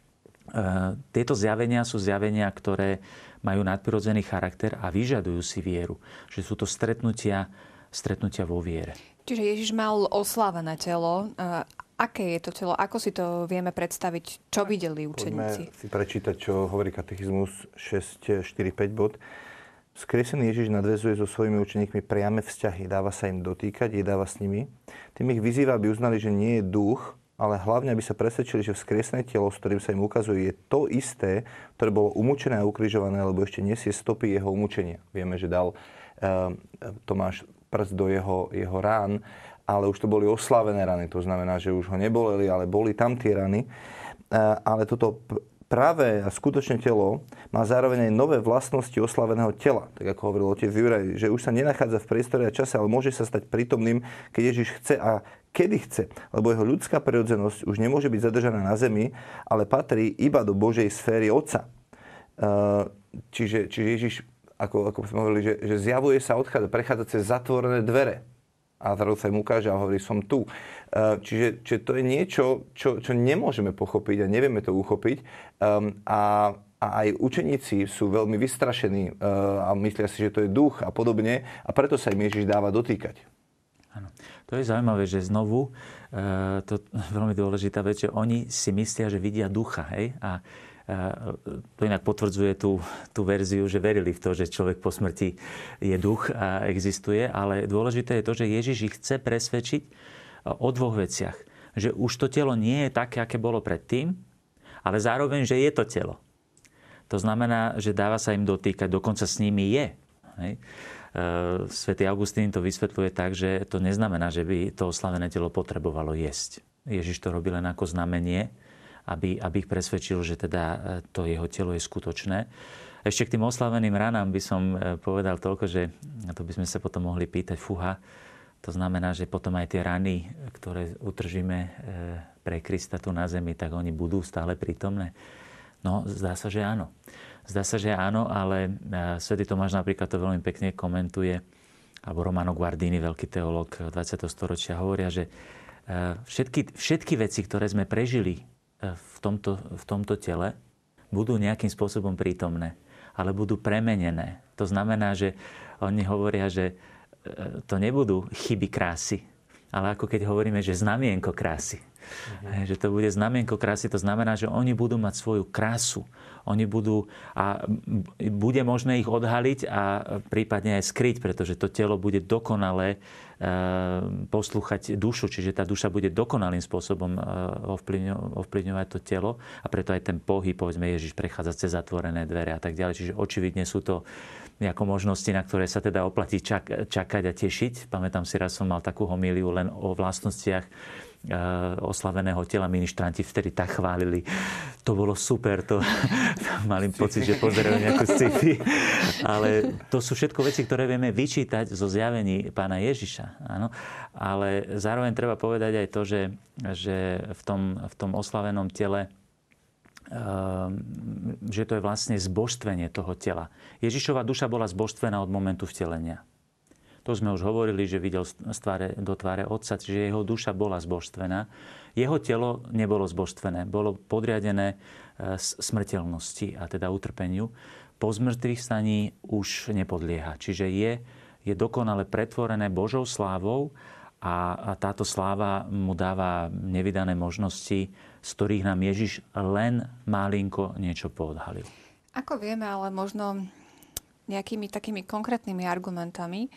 tieto zjavenia sú zjavenia, ktoré majú nadprirodzený charakter a vyžadujú si vieru. Že sú to stretnutia vo viere. Čiže Ježiš mal oslávené telo. Aké je to telo? Ako si to vieme predstaviť? Čo videli učeníci? Poďme si prečítať, čo hovorí katechizmus 6.4.5 bod. Vzkriesený Ježiš nadväzuje so svojimi učeníkmi priame vzťahy. Dáva sa im dotýkať, jedáva s nimi. Tým ich vyzýva, aby uznali, že nie je duch, ale hlavne, aby sa presvedčili, že vzkriesené telo, s ktorým sa im ukazuje, je to isté, ktoré bolo umúčené a ukrižované, lebo ešte nesie stopy jeho umúčenia. Vieme, že dal Tomáš prst do jeho rán, ale už to boli oslávené rany. To znamená, že už ho neboleli, ale boli tam tie rany. Ale toto pravé a skutočné telo má zároveň aj nové vlastnosti oslaveného tela. Tak ako hovoril otec Juraj, že už sa nenachádza v priestore a čase, ale môže sa stať prítomným, keď Ježiš chce a kedy chce. Lebo jeho ľudská prirodzenosť už nemôže byť zadržaná na zemi, ale patrí iba do Božej sféry Otca. Čiže Ježiš, ako sme hovorili, že zjavuje sa, prechádza cez zatvorené dvere. A zrazu sa im ukáže a hovorí, som tu. Čiže to je niečo, čo nemôžeme pochopiť a nevieme to uchopiť. A aj učeníci sú veľmi vystrašení a myslia si, že to je duch a podobne. A preto sa im Ježiš dáva dotýkať. Áno. To je zaujímavé, že znovu, to je veľmi dôležitá vec, že oni si myslia, že vidia ducha. Hej? A to inak potvrdzuje tú verziu, že verili v to, že človek po smrti je duch a existuje, ale dôležité je to, že Ježiš ich chce presvedčiť o dvoch veciach. Že už to telo nie je také, aké bolo predtým, ale zároveň, že je to telo. To znamená, že dáva sa im dotýkať, dokonca s nimi je. Hej? Svätý Augustín to vysvetľuje tak, že to neznamená, že by to oslavené telo potrebovalo jesť. Ježiš to robí len ako znamenie, aby ich presvedčil, že teda to jeho telo je skutočné. Ešte k tým oslaveným ranám by som povedal toľko, že to by sme sa potom mohli pýtať, fúha, to znamená, že potom aj tie rany, ktoré utržíme pre Krista tu na zemi, tak oni budú stále prítomné. No, zdá sa, že áno. Zdá sa, že áno, ale svätý Tomáš napríklad to veľmi pekne komentuje, alebo Romano Guardini, veľký teológ 20. storočia, hovoria, že všetky veci, ktoré sme prežili v tomto tele, budú nejakým spôsobom prítomné, ale budú premenené. To znamená, že oni hovoria, že to nebudú chyby krásy, ale ako keď hovoríme, že znamienko krásy. Že to bude znamienko krásy, to znamená, že oni budú mať svoju krásu. Oni budú, a bude možné ich odhaliť a prípadne aj skryť, pretože to telo bude dokonale poslúchať dušu, čiže tá duša bude dokonalým spôsobom ovplyvňovať to telo a preto aj ten pohyb, povedzme, Ježiš prechádza cez zatvorené dvere a tak ďalej. Čiže očividne sú to ako možnosti, na ktoré sa teda oplatí čakať a tešiť. Pamätám si, raz som mal takú homíliu len o vlastnostiach oslaveného tela. Ministranti vtedy tak chválili. To bolo super. To mali pocit, že pozerajú nejakú sci-fi. Ale to sú všetko veci, ktoré vieme vyčítať zo zjavení pána Ježiša. Áno. Ale zároveň treba povedať aj to, že v tom oslavenom tele že to je vlastne zbožstvenie toho tela. Ježišova duša bola zbožstvená od momentu vtelenia. To sme už hovorili, že videl do tváre Otca, čiže jeho duša bola zbožstvená. Jeho telo nebolo zbožstvené, bolo podriadené smrteľnosti a teda utrpeniu. Po zmrtvých staní už nepodlieha. Čiže je dokonale pretvorené Božou slávou a táto sláva mu dáva nevydané možnosti, z ktorých nám Ježiš len malinko niečo poodhalil. Ako vieme, ale možno nejakými takými konkrétnymi argumentami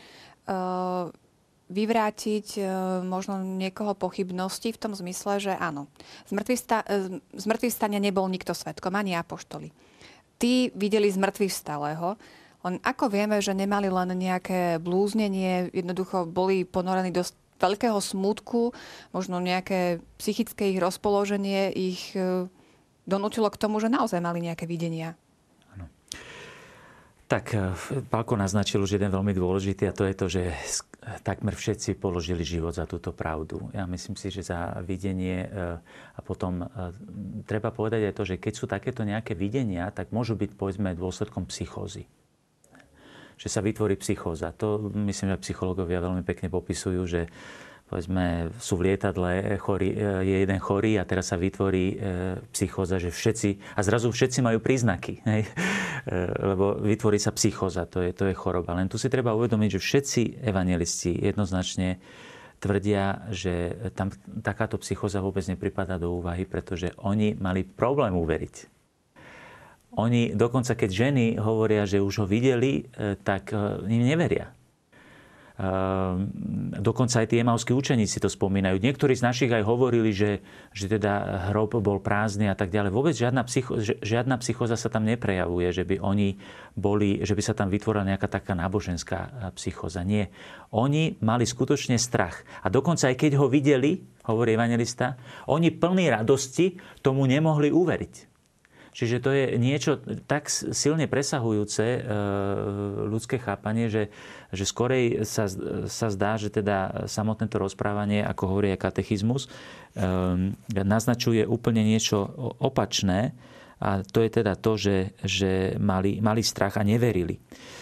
vyvrátiť možno niekoho pochybnosti v tom zmysle, že áno, z mŕtvych stania nebol nikto svedkom, ani apoštoli. Tí videli z mŕtvych vstalého, len ako vieme, že nemali len nejaké blúznenie, jednoducho boli ponorení do veľkého smútku, možno nejaké psychické ich rozpoloženie ich donútilo k tomu, že naozaj mali nejaké videnia. Áno. Tak Pálko naznačil už jeden veľmi dôležitý a to je to, že takmer všetci položili život za túto pravdu. Ja myslím si, že za videnie a potom treba povedať aj to, že keď sú takéto nejaké videnia, tak môžu byť povedzme dôsledkom psychózy. Že sa vytvorí psychóza. To myslím, že psychológovia veľmi pekne popisujú, že povedzme, sú v lietadle, je jeden chorý a teraz sa vytvorí psychóza, že všetci, a zrazu všetci majú príznaky, hej? Lebo vytvorí sa psychóza, to je choroba. Len tu si treba uvedomiť, že všetci evanjelisti jednoznačne tvrdia, že tam takáto psychóza vôbec nepripadá do úvahy, pretože oni mali problém uveriť. Oni, dokonca keď ženy hovoria, že už ho videli, tak im neveria. Dokonca aj tí emauskí učeníci to spomínajú. Niektorí z našich aj hovorili, že teda hrob bol prázdny a tak ďalej. Vôbec žiadna psychóza sa tam neprejavuje, že by oni boli, že by sa tam vytvorila nejaká taká náboženská psychóza. Nie. Oni mali skutočne strach. A dokonca aj keď ho videli, hovorí evanjelista, oni plní radosti tomu nemohli uveriť. Čiže to je niečo tak silne presahujúce ľudské chápanie, že skorej sa zdá, že teda samotné to rozprávanie, ako hovorí aj katechizmus, naznačuje úplne niečo opačné. A to je teda to, že mali strach a neverili.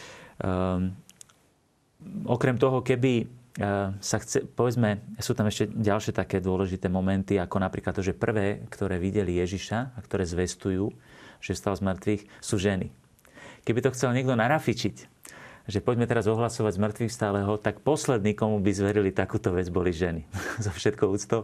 Okrem toho, keby povedzme, sú tam ešte ďalšie také dôležité momenty, ako napríklad to, že prvé, ktoré videli Ježiša a ktoré zvestujú, že vstal z mŕtvych, sú ženy. Keby to chcel niekto narafičiť, že poďme teraz ohlasovať z mŕtvych stáleho, tak posledný, komu by zverili takúto vec, boli ženy. So všetkou úctou.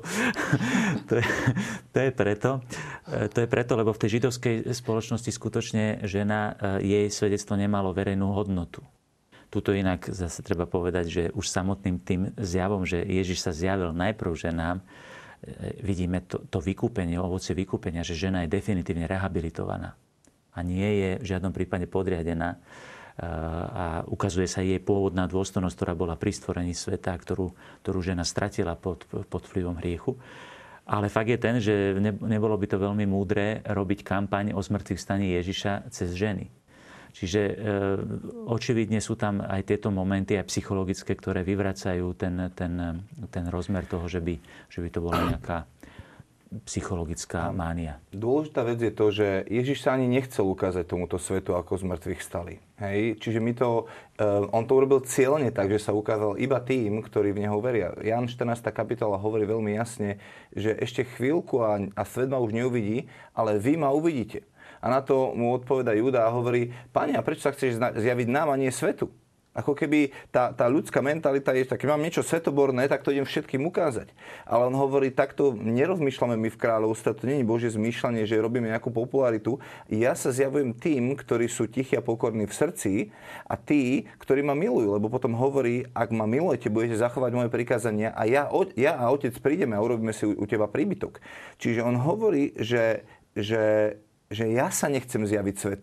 To je preto, lebo v tej židovskej spoločnosti skutočne žena, jej svedectvo nemalo verejnú hodnotu. Tuto inak zase treba povedať, že už samotným tým zjavom, že Ježiš sa zjavil najprv ženám, vidíme to vykúpenie, ovocie vykúpenia, že žena je definitívne rehabilitovaná a nie je v žiadnom prípade podriadená a ukazuje sa jej pôvodná dôstojnosť, ktorá bola pri stvorení sveta, ktorú žena stratila pod vplyvom hriechu. Ale fakt je ten, že nebolo by to veľmi múdre robiť kampaň o zmrtvých staní Ježiša cez ženy. Čiže očividne sú tam aj tieto momenty, aj psychologické, ktoré vyvracajú ten rozmer toho, že by to bola nejaká psychologická mánia. Dôležitá vec je to, že Ježiš sa ani nechcel ukázať tomuto svetu, ako z mŕtvych stali. Hej? Čiže on to urobil cieľne tak, že sa ukázal iba tým, ktorí v neho veria. Ján 14. kapitola hovorí veľmi jasne, že ešte chvíľku a svet ma už neuvidí, ale vy ma uvidíte. A na to mu odpoveda Júda a hovorí, Pane, a prečo sa chceš zjaviť nám a nie svetu? Ako keby tá ľudská mentalita je, tak keď mám niečo svetoborné, tak to idem všetkým ukázať. Ale on hovorí, takto nerozmýšľame my v kráľovstve, to nie je Božie zmýšľanie, že robíme nejakú popularitu. Ja sa zjavujem tým, ktorí sú tichí a pokorní v srdci a tí, ktorí ma milujú. Lebo potom hovorí, ak ma milujete, budete zachovať moje prikázania a ja a Otec prídeme a urobíme si u teba príbytok. Čiže on hovorí, že ja sa nechcem zjaviť svetu.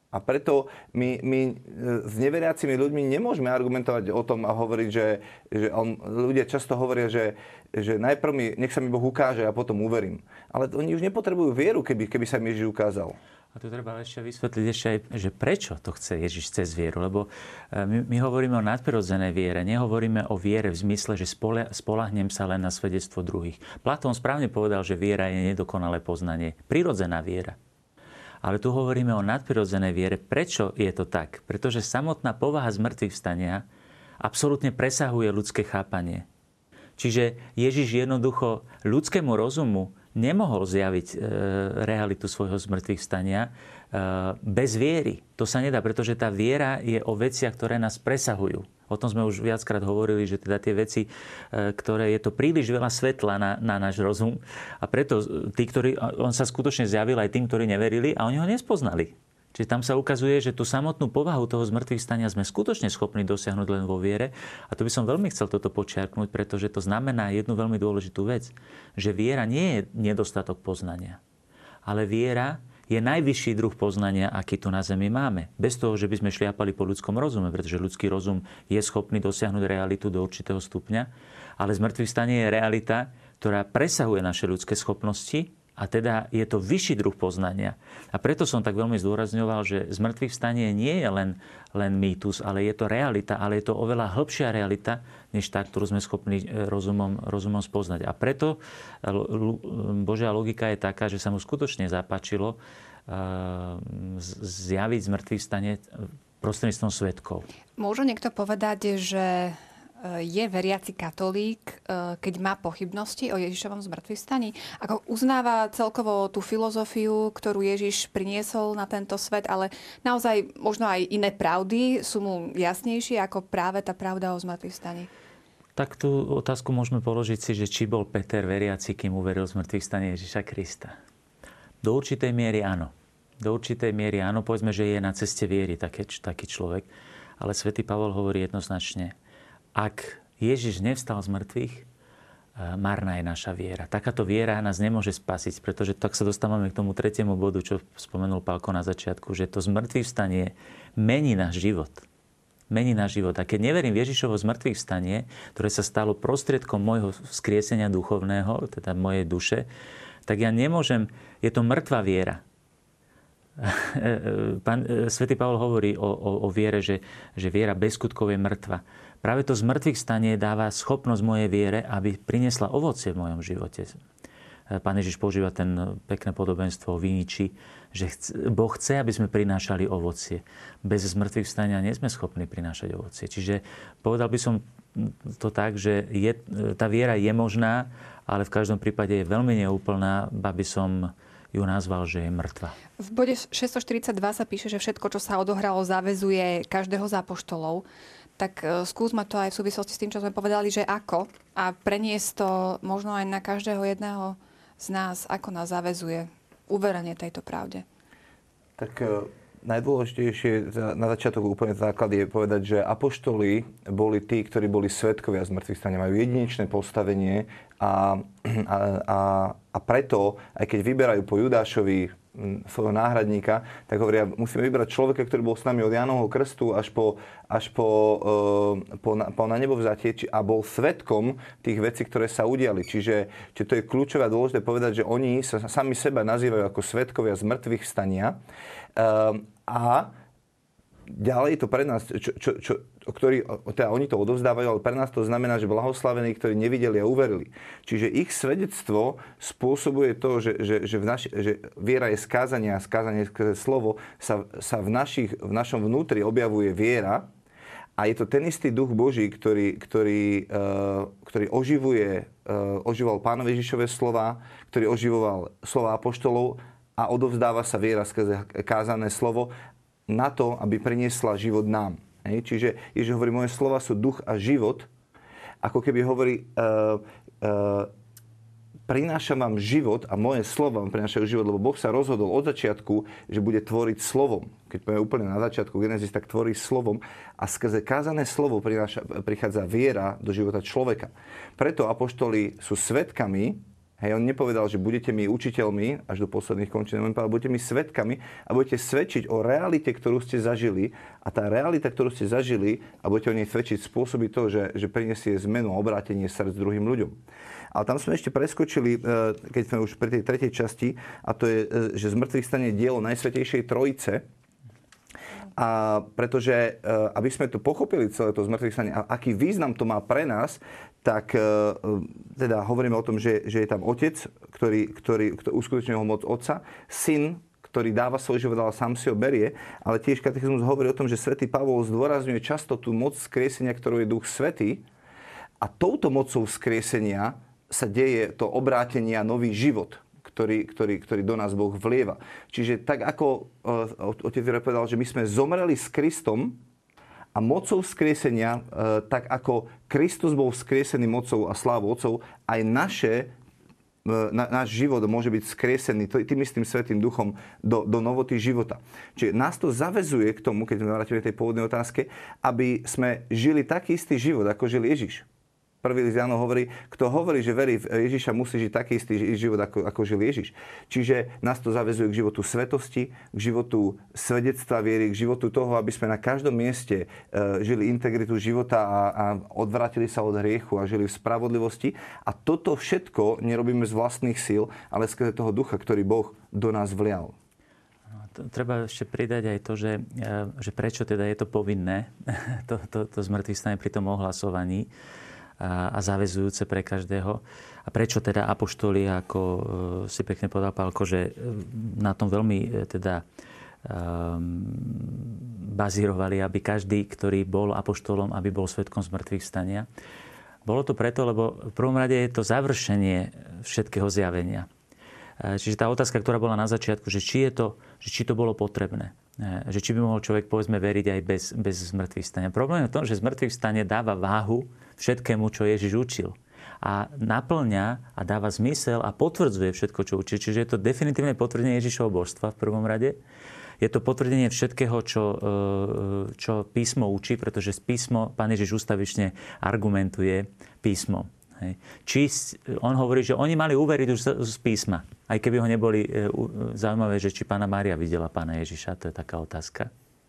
A preto my s neveriacimi ľuďmi nemôžeme argumentovať o tom a hovoriť, že ľudia často hovoria, že najprv nech sa mi Boh ukáže a potom uverím. Ale oni už nepotrebujú vieru, keby sa mi Ježiš ukázal. A tu treba ešte vysvetliť aj, že prečo to chce Ježiš cez vieru. Lebo my hovoríme o nadprirodzenej viere, nehovoríme o viere v zmysle, že spoľahnem sa len na svedectvo druhých. Platón správne povedal, že viera je nedokonalé poznanie. Prirodzená viera. Ale tu hovoríme o nadprirodzenej viere. Prečo je to tak? Pretože samotná povaha zmrtvých vstania absolútne presahuje ľudské chápanie. Čiže Ježiš jednoducho ľudskému rozumu nemohol zjaviť realitu svojho zmrtvých vstania bez viery. To sa nedá, pretože tá viera je o veciach, ktoré nás presahujú. O tom sme už viackrát hovorili, že teda tie veci, ktoré je to príliš veľa svetla na náš rozum. A preto on sa skutočne zjavil aj tým, ktorí neverili a oni ho nespoznali. Čiže tam sa ukazuje, že tú samotnú povahu toho zmrtvých stania sme skutočne schopní dosiahnuť len vo viere. A to by som veľmi chcel toto podčiarknúť, pretože to znamená jednu veľmi dôležitú vec. Že viera nie je nedostatok poznania. Ale viera je najvyšší druh poznania, aký tu na zemi máme. Bez toho, že by sme šliapali po ľudskom rozume, pretože ľudský rozum je schopný dosiahnuť realitu do určitého stupňa. Ale zmrtvých stanie je realita, ktorá presahuje naše ľudské schopnosti. A teda je to vyšší druh poznania. A preto som tak veľmi zdôrazňoval, že zmrtvých vstanie nie je len mýtus, ale je to realita, ale je to oveľa hĺbšia realita, než tá, ktorú sme schopní rozumom spoznať. A preto Božia logika je taká, že sa mu skutočne zapáčilo zjaviť zmrtvých vstanie prostredníctvom svedkov. Môže niekto povedať, že je veriaci katolík, keď má pochybnosti o Ježišovom zmŕtvychvstaní? Ako uznáva celkovo tú filozofiu, ktorú Ježiš priniesol na tento svet, ale naozaj možno aj iné pravdy sú mu jasnejšie ako práve tá pravda o zmŕtvychvstaní? Tak tú otázku môžeme položiť si, že či bol Peter veriaci, kým uveril v zmŕtvychvstanie Ježiša Krista. Do určitej miery áno. Do určitej miery áno. Povedzme, že je na ceste viery taký človek. Ale svätý Pavol hovorí jednoznačne, ak Ježiš nevstal z mŕtvych, marná je naša viera. Takáto viera nás nemôže spasiť, pretože tak sa dostávame k tomu tretiemu bodu, čo spomenul Pálko na začiatku, že to zmŕtvychvstanie mení náš život. Mení náš život. A keď neverím v Ježišovo zmŕtvychvstanie, ktoré sa stalo prostriedkom môjho vzkriesenia duchovného, teda mojej duše, tak ja nemôžem, je to mŕtva viera. Svätý Pavol hovorí o viere, že viera bez skutkov je mŕtva. Práve to zmŕtvychvstanie dáva schopnosť mojej viere, aby priniesla ovocie v mojom živote. Pán Ježiš používa ten pekné podobenstvo o viniči, že Boh chce, aby sme prinášali ovocie. Bez zmŕtvychvstania nie sme schopní prinášať ovocie. Čiže povedal by som to tak, že tá viera je možná, ale v každom prípade je veľmi neúplná, aby som ju nazval, že je mŕtva. V bode 642 sa píše, že všetko, čo sa odohralo, zaväzuje každého z apoštolov. Tak skúsme to aj v súvislosti s tým, čo sme povedali, že ako. A preniesť to možno aj na každého jedného z nás, ako nás zaväzuje uverenie tejto pravde. Tak najdôležitejšie na začiatok úplne základ je povedať, že apoštoli boli tí, ktorí boli svedkovia zmŕtvychvstania. Majú jedinečné postavenie a preto, aj keď vyberajú po Judášovi svojho náhradníka, tak hovoria, musíme vybrať človeka, ktorý bol s nami od Jánovho krstu až po na nebo vzatie a bol svedkom tých vecí, ktoré sa udiali. Čiže to je kľúčové a dôležité povedať, že oni sa sami seba nazývajú ako svedkovia zmŕtvychvstania a ďalej to pre nás, teda oni to odovzdávajú, ale pre nás to znamená, že blahoslavení, ktorí nevideli a uverili. Čiže ich svedectvo spôsobuje to, že viera je skázanie a skázanie skrze slovo sa v našom vnútri objavuje viera a je to ten istý duch Boží, ktorý oživoval Pánovi Ježišove slova, ktorý oživoval slova apoštolov a odovzdáva sa viera skrze kázané slovo na to, aby priniesla život nám. Čiže Ježiš hovorí, moje slova sú duch a život. Ako keby hovorí, prinášam vám život a moje slova vám prinášajú život, lebo Boh sa rozhodol od začiatku, že bude tvoriť slovom. Keď povieme úplne na začiatku Genesis, tak tvorí slovom a skrze kázané slovo prichádza viera do života človeka. Preto apoštoli sú svedkami Hej, on nepovedal, že budete mi učiteľmi až do posledných končín, ale budete mi svedkami a budete svedčiť o realite, ktorú ste zažili. A tá realita, ktorú ste zažili, a budete o nej svedčiť, spôsobí to, že prinesie zmenu a obrátenie srdc druhým ľuďom. Ale tam sme ešte preskočili, keď sme už pri tej tretej časti, a to je, že zmrtvých stane dielo Najsvätejšej Trojice. A pretože, aby sme to pochopili, celé to zmrtvých stane, a aký význam to má pre nás, tak teda hovoríme o tom, že je tam Otec, ktorý uskutočňuje ho moc Otca, Syn, ktorý dáva svoj život, ale sám si ho berie, ale tiež katechizmus hovorí o tom, že svätý Pavol zdôrazňuje často tú moc vzkriesenia, ktorú je Duch Svätý, a touto mocou vzkriesenia sa deje to obrátenie a nový život, ktorý do nás Boh vlieva. Čiže tak ako otec povedal, že my sme zomreli s Kristom, a mocou vzkriesenia, tak ako Kristus bol vzkriesený mocou a slávou Otcov, aj náš život môže byť vzkriesený tým istým Svätým Duchom do novoty života. Čiže nás to zaväzuje k tomu, keď sme vrátili tej pôvodnej otázke, aby sme žili taký istý život, ako žil Ježiš. Prvý list Jánov hovorí, kto hovorí, že verí v Ježiša, musí žiť taký istý život, ako žil Ježiš. Čiže nás to zaväzuje k životu svetosti, k životu svedectva viery, k životu toho, aby sme na každom mieste žili integritu života a odvrátili sa od hriechu a žili v spravodlivosti. A toto všetko nerobíme z vlastných síl, ale skrze toho ducha, ktorý Boh do nás vlial. Treba ešte pridať aj to, že prečo teda je to povinné, to zmŕtvychvstanie pri tom ohlasovaní, a zaväzujúce pre každého. A prečo teda apoštoli, ako si pekne povedal, Pálko, že na tom veľmi teda bazírovali, aby každý, ktorý bol apoštolom, aby bol svedkom zmŕtvychvstania. Bolo to preto, lebo v prvom rade je to završenie všetkého zjavenia. Čiže tá otázka, ktorá bola na začiatku, že či to bolo potrebné. Že či by mohol človek, povedzme, veriť aj bez zmŕtvychvstania. Problém je v tom, že zmŕtvychvstanie dáva váhu všetkému, čo Ježiš učil. A naplňa a dáva zmysel a potvrdzuje všetko, čo učí. Čiže je to definitívne potvrdenie Ježišovho božstva v prvom rade. Je to potvrdenie všetkého, čo písmo učí, pretože z písmo Pán Ježiš ústavične argumentuje písmom. Hej. On hovorí, že oni mali uveriť už z písma. Aj keby ho neboli zaujímavé, že či Panna Mária videla Pána Ježiša. To je taká otázka.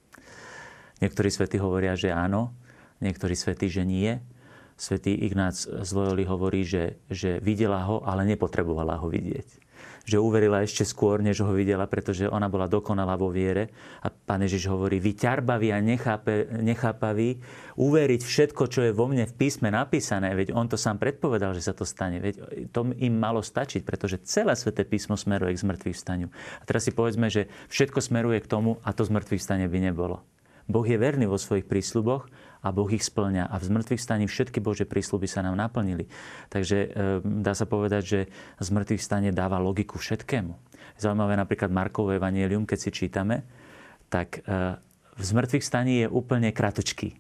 Niektorí svätí hovoria, že áno. Niektorí svätí, že nie. Svätý Ignác z Loyoli hovorí, že videla ho, ale nepotrebovala ho vidieť. Že uverila ešte skôr, než ho videla, pretože ona bola dokonalá vo viere. A Pán Ježiš hovorí, vy ťarbaví a nechápaví, uveriť všetko, čo je vo mne v písme napísané. Veď on to sám predpovedal, že sa to stane. Veď to im malo stačiť, pretože celé sväté písmo smeruje k zmŕtvychvstaniu. A teraz si povedzme, že všetko smeruje k tomu a to zmŕtvychvstanie by nebolo. Boh je verný vo svojich prísľuboch a Boh ich spĺňa. A v zmŕtvychvstaní všetky Božie prísľuby sa nám naplnili. Takže dá sa povedať, že zmŕtvychvstanie dáva logiku všetkému. Zaujímavé napríklad Markovo evanjelium, keď si čítame, tak v zmŕtvychvstaní je úplne kratočký.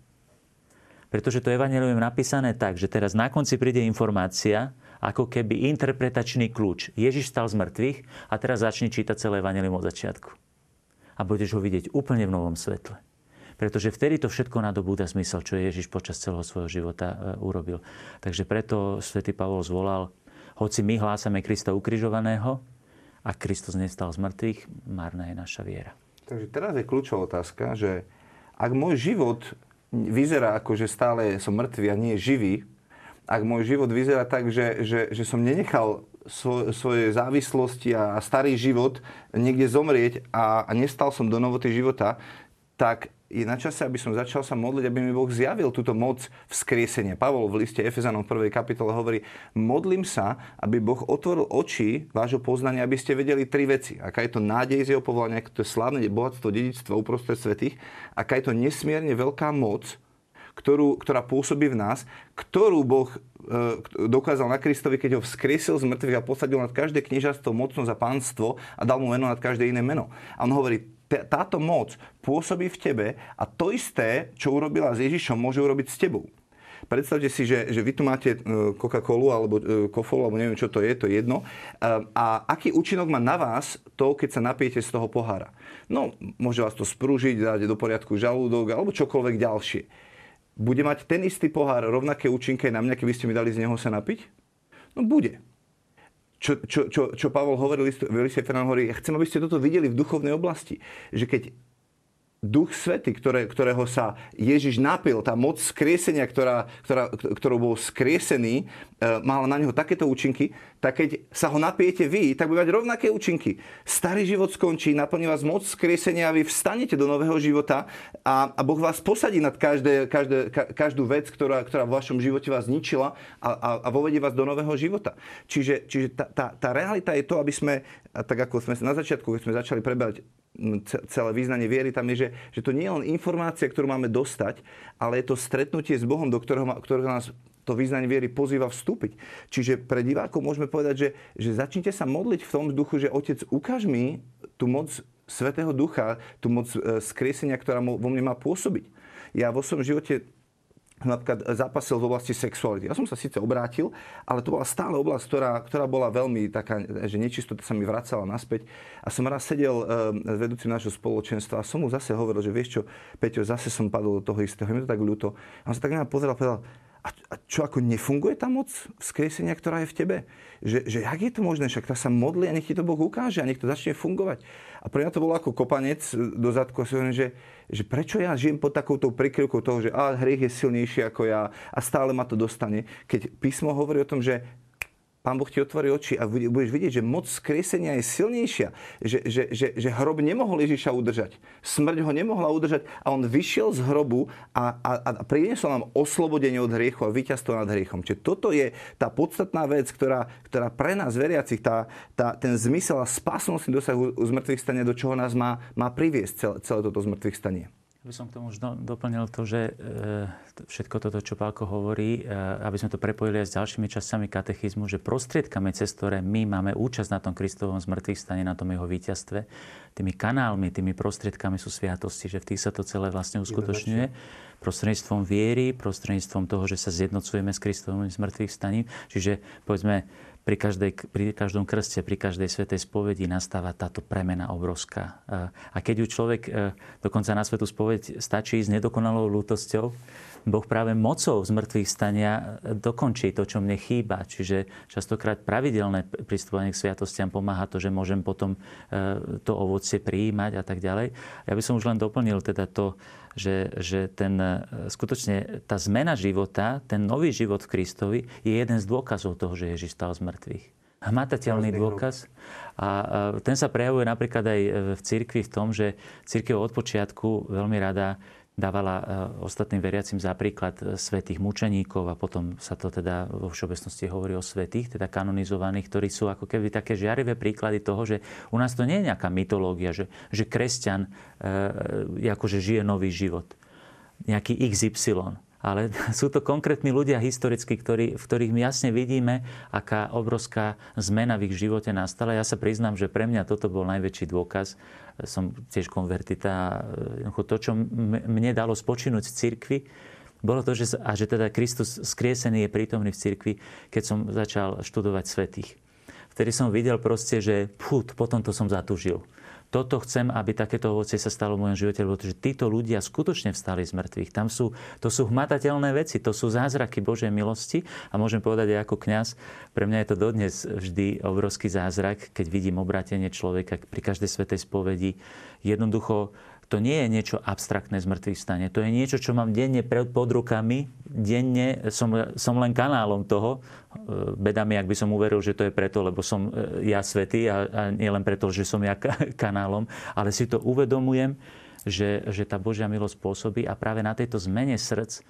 Pretože to evanjelium je napísané tak, že teraz na konci príde informácia, ako keby interpretačný kľúč. Ježiš stal z mŕtvych a teraz začni čítať celé evanjelium od začiatku. A budeš ho vidieť úplne v novom svetle. Pretože vtedy to všetko nadobúda zmysel, čo Ježiš počas celého svojho života urobil. Takže preto svätý Pavol zvolal, hoci my hlásame Krista ukrižovaného a Kristus nestal z mŕtvych, márna je naša viera. Takže teraz je kľúčová otázka, že ak môj život vyzerá ako, že stále som mŕtvý a nie živý, ak môj život vyzerá tak, že som nenechal svoje závislosti a starý život niekde zomrieť a nestal som do novoty života, tak je na čase, aby som začal sa modliť, aby mi Boh zjavil túto moc vzkriesenia. Pavol v liste Efezanom v 1. kapitole hovorí, modlím sa, aby Boh otvoril oči vášho poznania, aby ste vedeli 3 veci. Aká je to nádej z jeho povolania, aké to je slávne bohatstvo dedičstva uprostred svätých, aká je to nesmierne veľká moc, ktorá pôsobí v nás, ktorú Boh dokázal na Kristovi, keď ho vzkriesil z mŕtvych a posadil nad každé kniežatstvo, mocnosť a pánstvo a dal mu meno nad každé iné meno. A on hovorí, táto moc pôsobí v tebe a to isté, čo urobila s Ježišom, môže urobiť s tebou. Predstavte si, že vy tu máte Coca-Colu alebo kofolu, alebo neviem, čo to je jedno. A aký účinok má na vás to, keď sa napijete z toho pohára? No, môže vás to sprúžiť, dať do poriadku žalúdok alebo čokoľvek ďalšie. Bude mať ten istý pohár rovnaké účinky na mňa, keby ste mi dali z neho sa napiť? No bude. čo Pavol hovoril v liste Efežanom, hovorí, ja chcem, aby ste toto videli v duchovnej oblasti. Že keď Duch Svätý, ktorého sa Ježiš napil, tá moc skriesenia, ktorou bol skriesený, mala na neho takéto účinky, tak keď sa ho napijete vy, tak bude mať rovnaké účinky. Starý život skončí, naplní vás moc skriesenia a vy vstanete do nového života a Boh vás posadí nad každú vec, ktorá v vašom živote vás zničila a vovedie vás do nového života. Čiže tá realita je to, aby sme, tak ako sme na začiatku, keď sme začali preberať celé význanie viery, tam je, že to nie je len informácia, ktorú máme dostať, ale je to stretnutie s Bohom, do ktorého nás to význanie viery pozýva vstúpiť. Čiže pre divákov môžeme povedať, že začnite sa modliť v tom duchu, že Otec, ukáž mi tú moc Svätého Ducha, tú moc skriesenia, ktorá vo mne má pôsobiť. Ja vo svojom živote napríklad zápasil v oblasti sexuality. Ja som sa síce obrátil, ale to bola stále oblasť, ktorá bola veľmi taká, že nečistota sa mi vracala naspäť. A som raz sedel s vedúcim nášho spoločenstva a som mu zase hovoril, že vieš čo, Peťo, zase som padol do toho istého. Je mi to tak ľúto. A on sa tak na mňa pozeral a povedal, a čo, ako nefunguje tá moc vzkriesenia, ktorá je v tebe? Že jak je to možné? Však tá sa modlí a nech ti to Boh ukáže a nech to začne fungovať. A pre mňa to bolo ako kopanec do zadku. Že prečo ja žijem pod takouto prikryvkou toho, že hriech je silnejší ako ja a stále ma to dostane. Keď písmo hovorí o tom, že Pán Boh ti otvorí oči a budeš vidieť, že moc skriesenia je silnejšia. Že hrob nemohol Ježiša udržať. Smrť ho nemohla udržať a on vyšiel z hrobu a priniesol nám oslobodenie od hriechu a víťazstvo nad hriechom. Čiže toto je tá podstatná vec, ktorá pre nás veriacich, ten zmysel a spásnostný dosah z mŕtvych stania, do čoho nás má priviesť celé toto zmrtvých stanie. By som k tomu už doplnil to, že všetko toto, čo Pálko hovorí, aby sme to prepojili aj s ďalšími časťami katechizmu, že prostriedkami, cez ktoré my máme účasť na tom Kristovom zmrtvých stane, na tom jeho víťazstve, tými kanálmi, tými prostriedkami sú sviatosti, že v tých sa to celé vlastne uskutočňuje. Prostredníctvom viery, prostredníctvom toho, že sa zjednocujeme s Kristovým zmrtvých staním. Čiže povedzme, pri každom krste, pri každej svätej spovedi nastáva táto premena obrovská. A keď ju človek dokonca na svätú spoveď stačí s nedokonalou lútosťou, Boh práve mocou z mŕtvych stania dokončí to, čo mne chýba. Čiže častokrát pravidelné pristupovanie k sviatostiam pomáha to, že môžem potom to ovocie prijímať a tak ďalej. Ja by som už len doplnil teda to, že skutočne tá zmena života, ten nový život v Kristovi je jeden z dôkazov toho, že Ježiš stal z mŕtvych. Hmatateľný dôkaz. A ten sa prejavuje napríklad aj v cirkvi v tom, že cirkev od počiatku veľmi rada dávala ostatným veriacim za príklad svätých mučeníkov a potom sa to teda vo všeobecnosti hovorí o svätých, teda kanonizovaných, ktorí sú ako keby také žiarivé príklady toho, že u nás to nie je nejaká mytológia, že kresťan akože žije nový život. Nejaký XY. Ale sú to konkrétni ľudia historicky, v ktorých my jasne vidíme, aká obrovská zmena v ich živote nastala. Ja sa priznám, že pre mňa toto bol najväčší dôkaz. Som tiež konvertita. To, čo mne dalo spočinúť v cirkvi, bolo to, že teda Kristus skriesený je prítomný v cirkvi, keď som začal študovať svätých. Vtedy som videl proste, že potom to som zatúžil. Toto chcem, aby takéto ovocie sa stalo v mojom živote, pretože títo ľudia skutočne vstali z mŕtvych. To sú hmatateľné veci, to sú zázraky Božej milosti a môžem povedať aj ako kňaz, pre mňa je to dodnes vždy obrovský zázrak, keď vidím obrátenie človeka pri každej svätej spovedi. Jednoducho, to nie je niečo abstraktné z mŕtvych stane. To je niečo, čo mám denne pod rukami. Denne som len kanálom toho. Beda mi, ak by som uveril, že to je preto, lebo som ja svätý a nie len preto, že som ja kanálom. Ale si to uvedomujem, že tá Božia milosť pôsobí a práve na tejto zmene srdc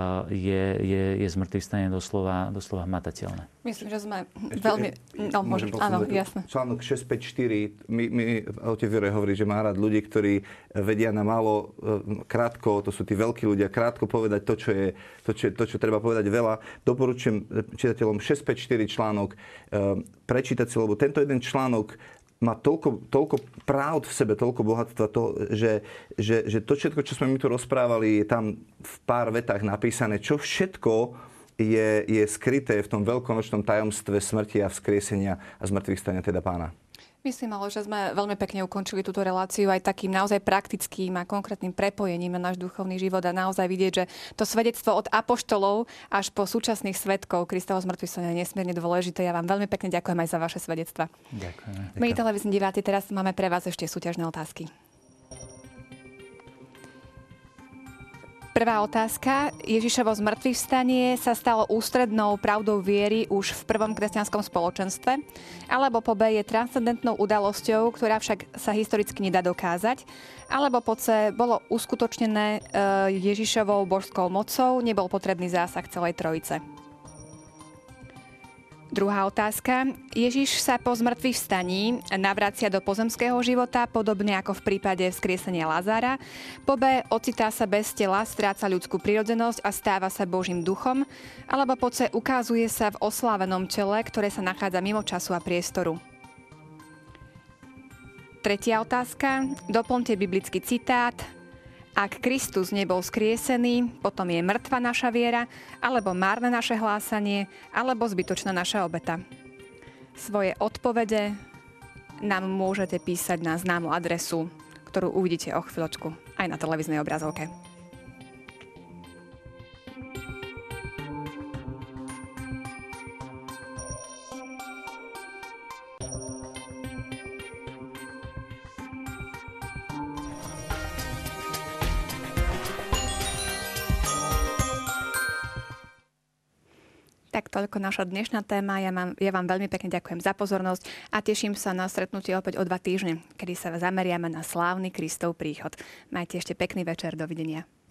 je zmŕtvychvstanie doslova hmatateľné. Myslím, že sme veľmi... Áno, jasné. Článok 654, my otec Juraj hovorí, že má rád ľudí, ktorí vedia na málo, krátko, to sú tí veľkí ľudia, krátko povedať to, čo treba povedať veľa. Doporučujem čitateľom 654 článok prečítať si, lebo tento jeden článok má toľko práv v sebe, toľko bohatstva, že to všetko, čo sme my tu rozprávali, je tam v pár vetách napísané, čo všetko je skryté v tom veľkonočnom tajomstve smrti a vzkriesenia a zmŕtvychvstania teda Pána. Myslím ale, že sme veľmi pekne ukončili túto reláciu aj takým naozaj praktickým a konkrétnym prepojením na náš duchovný život a naozaj vidieť, že to svedectvo od apoštolov až po súčasných svedkov Kristovo zmŕtvychvstania je nesmierne dôležité. Ja vám veľmi pekne ďakujem aj za vaše svedectva. Ďakujem. Milí televízni diváci, teraz máme pre vás ešte súťažné otázky. Prvá otázka. Ježišovo zmŕtvychvstanie sa stalo ústrednou pravdou viery už v prvom kresťanskom spoločenstve, alebo po B je transcendentnou udalosťou, ktorá však sa historicky nedá dokázať, alebo po C bolo uskutočnené Ježišovou božskou mocou, nebol potrebný zásah celej trojice. Druhá otázka. Ježiš sa po zmŕtvychvstaní navracia do pozemského života, podobne ako v prípade vzkriesenia Lazára. Po B ocitá sa bez tela, stráca ľudskú prirodzenosť a stáva sa Božím duchom. Alebo po C ukazuje sa v oslávenom tele, ktoré sa nachádza mimo času a priestoru. Tretia otázka. Doplňte biblický citát. Ak Kristus nebol skriesený, potom je mŕtva naša viera, alebo márne naše hlásanie, alebo zbytočná naša obeta. Svoje odpovede nám môžete písať na známu adresu, ktorú uvidíte o chvíľočku aj na televíznej obrazovke. Tak toľko naša dnešná téma. Ja vám veľmi pekne ďakujem za pozornosť a teším sa na stretnutie opäť o 2 týždne, kedy sa zameriame na slávny Kristov príchod. Majte ešte pekný večer. Dovidenia.